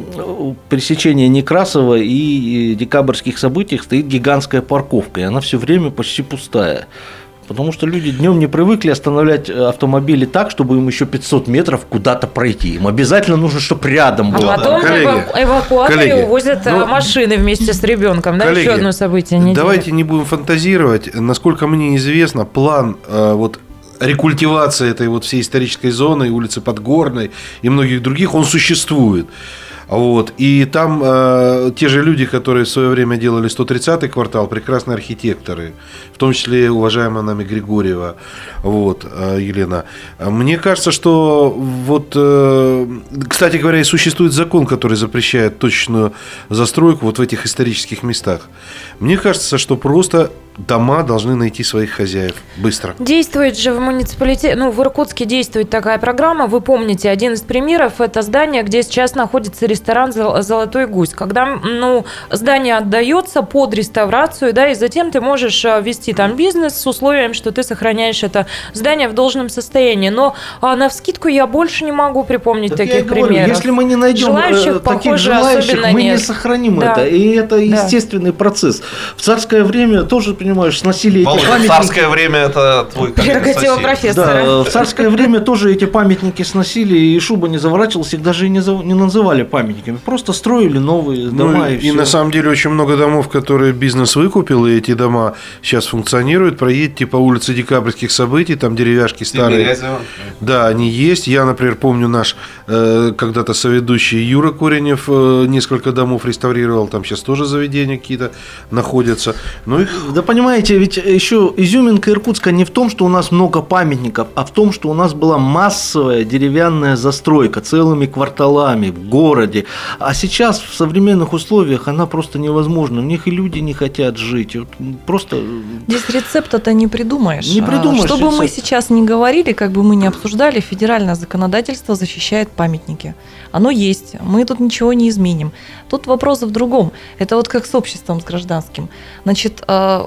Speaker 6: пересечении Некрасова и Декабрьских событиях стоит гигантская парковка, и она все время почти пустая. Потому что люди днем не привыкли останавливать автомобили так, чтобы им еще пятьсот метров куда-то пройти. Им обязательно нужно, чтобы рядом
Speaker 2: А
Speaker 6: было.
Speaker 2: потом
Speaker 3: Коллеги,
Speaker 2: эва- эвакуаторы
Speaker 3: коллеги,
Speaker 2: увозят
Speaker 3: ну,
Speaker 2: машины вместе с ребенком. Да,
Speaker 3: коллеги,
Speaker 2: еще одно событие недели.
Speaker 3: Давайте не будем фантазировать. Насколько мне известно, план э, вот рекультивации этой вот всей исторической зоны, улицы Подгорной и многих других, он существует. Вот. И там э, те же люди, которые в свое время делали сто тридцатый квартал, прекрасные архитекторы, в том числе уважаемая нами Григорьева, вот, э, Елена. Мне кажется, что вот, э, кстати говоря, и существует закон, который запрещает точечную застройку вот в этих исторических местах. Мне кажется, что просто дома должны найти своих хозяев быстро.
Speaker 2: Действует же в муниципалитете, ну, в Иркутске действует такая программа. Вы помните, один из примеров – это здание, где сейчас находится ресторан «Золотой гусь». Когда, ну, здание отдается под реставрацию, да, и затем ты можешь вести там бизнес с условием, что ты сохраняешь это здание в должном состоянии. Но а, навскидку я больше не могу припомнить
Speaker 6: Так
Speaker 2: таких
Speaker 6: я и говорю,
Speaker 2: примеров.
Speaker 6: если мы не найдем
Speaker 2: Желающих,
Speaker 6: э, таких
Speaker 2: похоже,
Speaker 6: желающих,
Speaker 2: особенно
Speaker 6: мы
Speaker 2: нет.
Speaker 6: не сохраним
Speaker 2: Да.
Speaker 6: это. И это
Speaker 2: Да.
Speaker 6: естественный процесс. В царское время тоже, понимаешь, сносили эти
Speaker 4: Володя,
Speaker 6: памятники.
Speaker 4: царское время это твой
Speaker 2: Прерогатива
Speaker 4: коллега-сосед.
Speaker 2: профессора.
Speaker 6: Да, в царское время тоже эти памятники сносили, и шуба не заворачивалась, их даже и не, за- не называли памятниками. Просто строили новые дома.
Speaker 3: Ну,
Speaker 6: и
Speaker 3: и
Speaker 6: всё.
Speaker 3: на самом деле очень много домов, которые бизнес выкупил, и эти дома сейчас функционируют. Проедьте по улице Декабрьских событий, там деревяшки старые.
Speaker 4: Тимирязева.
Speaker 3: Да, они есть. Я, например, помню наш э, когда-то соведущий Юра Коренев э, несколько домов реставрировал. Там сейчас тоже заведения какие-то находятся. Но их
Speaker 6: Да понимаете, ведь еще изюминка Иркутска не в том, что у нас много памятников, а в том, что у нас была массовая деревянная застройка целыми кварталами в городе. А сейчас в современных условиях она просто невозможна. В них и люди не хотят жить. Вот просто...
Speaker 5: Здесь рецепта-то не придумаешь.
Speaker 6: Не придумаешь
Speaker 5: Что бы мы
Speaker 6: рецепта.
Speaker 5: сейчас не говорили, как бы мы ни обсуждали, федеральное законодательство защищает памятники. Оно есть, мы тут ничего не изменим. Тут вопрос в другом. Это вот как с обществом, с гражданским. Значит,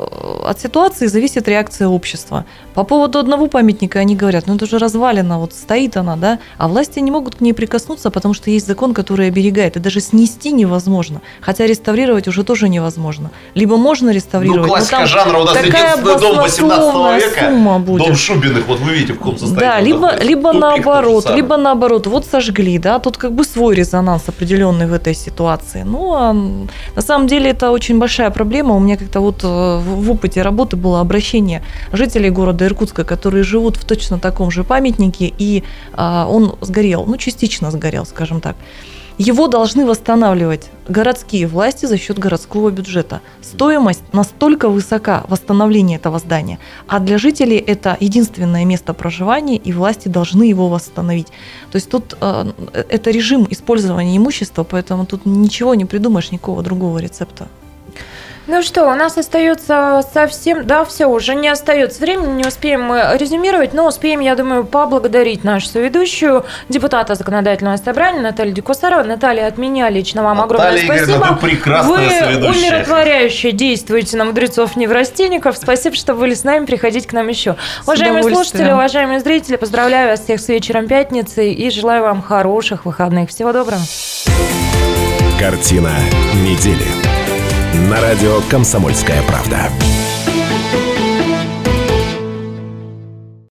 Speaker 5: от ситуации зависит реакция общества. По поводу одного памятника они говорят, ну это же развалина, вот стоит она, да, а власти не могут к ней прикоснуться, потому что есть закон, который оберегает, и даже снести невозможно, хотя реставрировать уже тоже невозможно. Либо можно реставрировать,
Speaker 4: Ну,
Speaker 5: но
Speaker 4: классика
Speaker 5: там
Speaker 4: жанра у нас
Speaker 5: такая
Speaker 4: единственный дом восемнадцатого
Speaker 5: баснословная
Speaker 4: века.
Speaker 5: сумма будет.
Speaker 4: Дом Шубиных, вот вы видите, в каком состоянии.
Speaker 5: Да,
Speaker 4: он
Speaker 5: либо,
Speaker 4: находится.
Speaker 5: либо
Speaker 4: Тупик тот же
Speaker 5: наоборот,
Speaker 4: самый.
Speaker 5: либо наоборот, вот сожгли, да, тут как бы свой резонанс определенный в этой ситуации. Ну, а на самом деле это очень большая проблема. У меня как-то вот в, в опыте работы было обращение жителей города Иркутска, которые живут в точно таком же памятнике, и а, он сгорел, ну, частично сгорел, скажем так. Его должны восстанавливать городские власти за счет городского бюджета. Стоимость настолько высока восстановления этого здания, а для жителей это единственное место проживания, и власти должны его восстановить. То есть тут э, это режим использования имущества, поэтому тут ничего не придумаешь, никакого другого рецепта.
Speaker 2: Ну что, у нас остается совсем... Да, все, уже не остается времени, не успеем мы резюмировать, но успеем, я думаю, поблагодарить нашу соведущую, депутата Законодательного собрания Наталью Дикусарову. Наталья, от меня лично вам
Speaker 4: Наталья
Speaker 2: огромное
Speaker 4: Игоревна,
Speaker 2: спасибо.
Speaker 4: вы прекрасная
Speaker 2: Вы
Speaker 4: соведущая.
Speaker 2: умиротворяюще действуете на мудрецов-неврастенников. Спасибо, что были с нами, приходите к нам еще. Уважаемые слушатели, уважаемые зрители, поздравляю вас всех с вечером пятницы и желаю вам хороших выходных. Всего доброго.
Speaker 1: Картина недели. На радио «Комсомольская правда».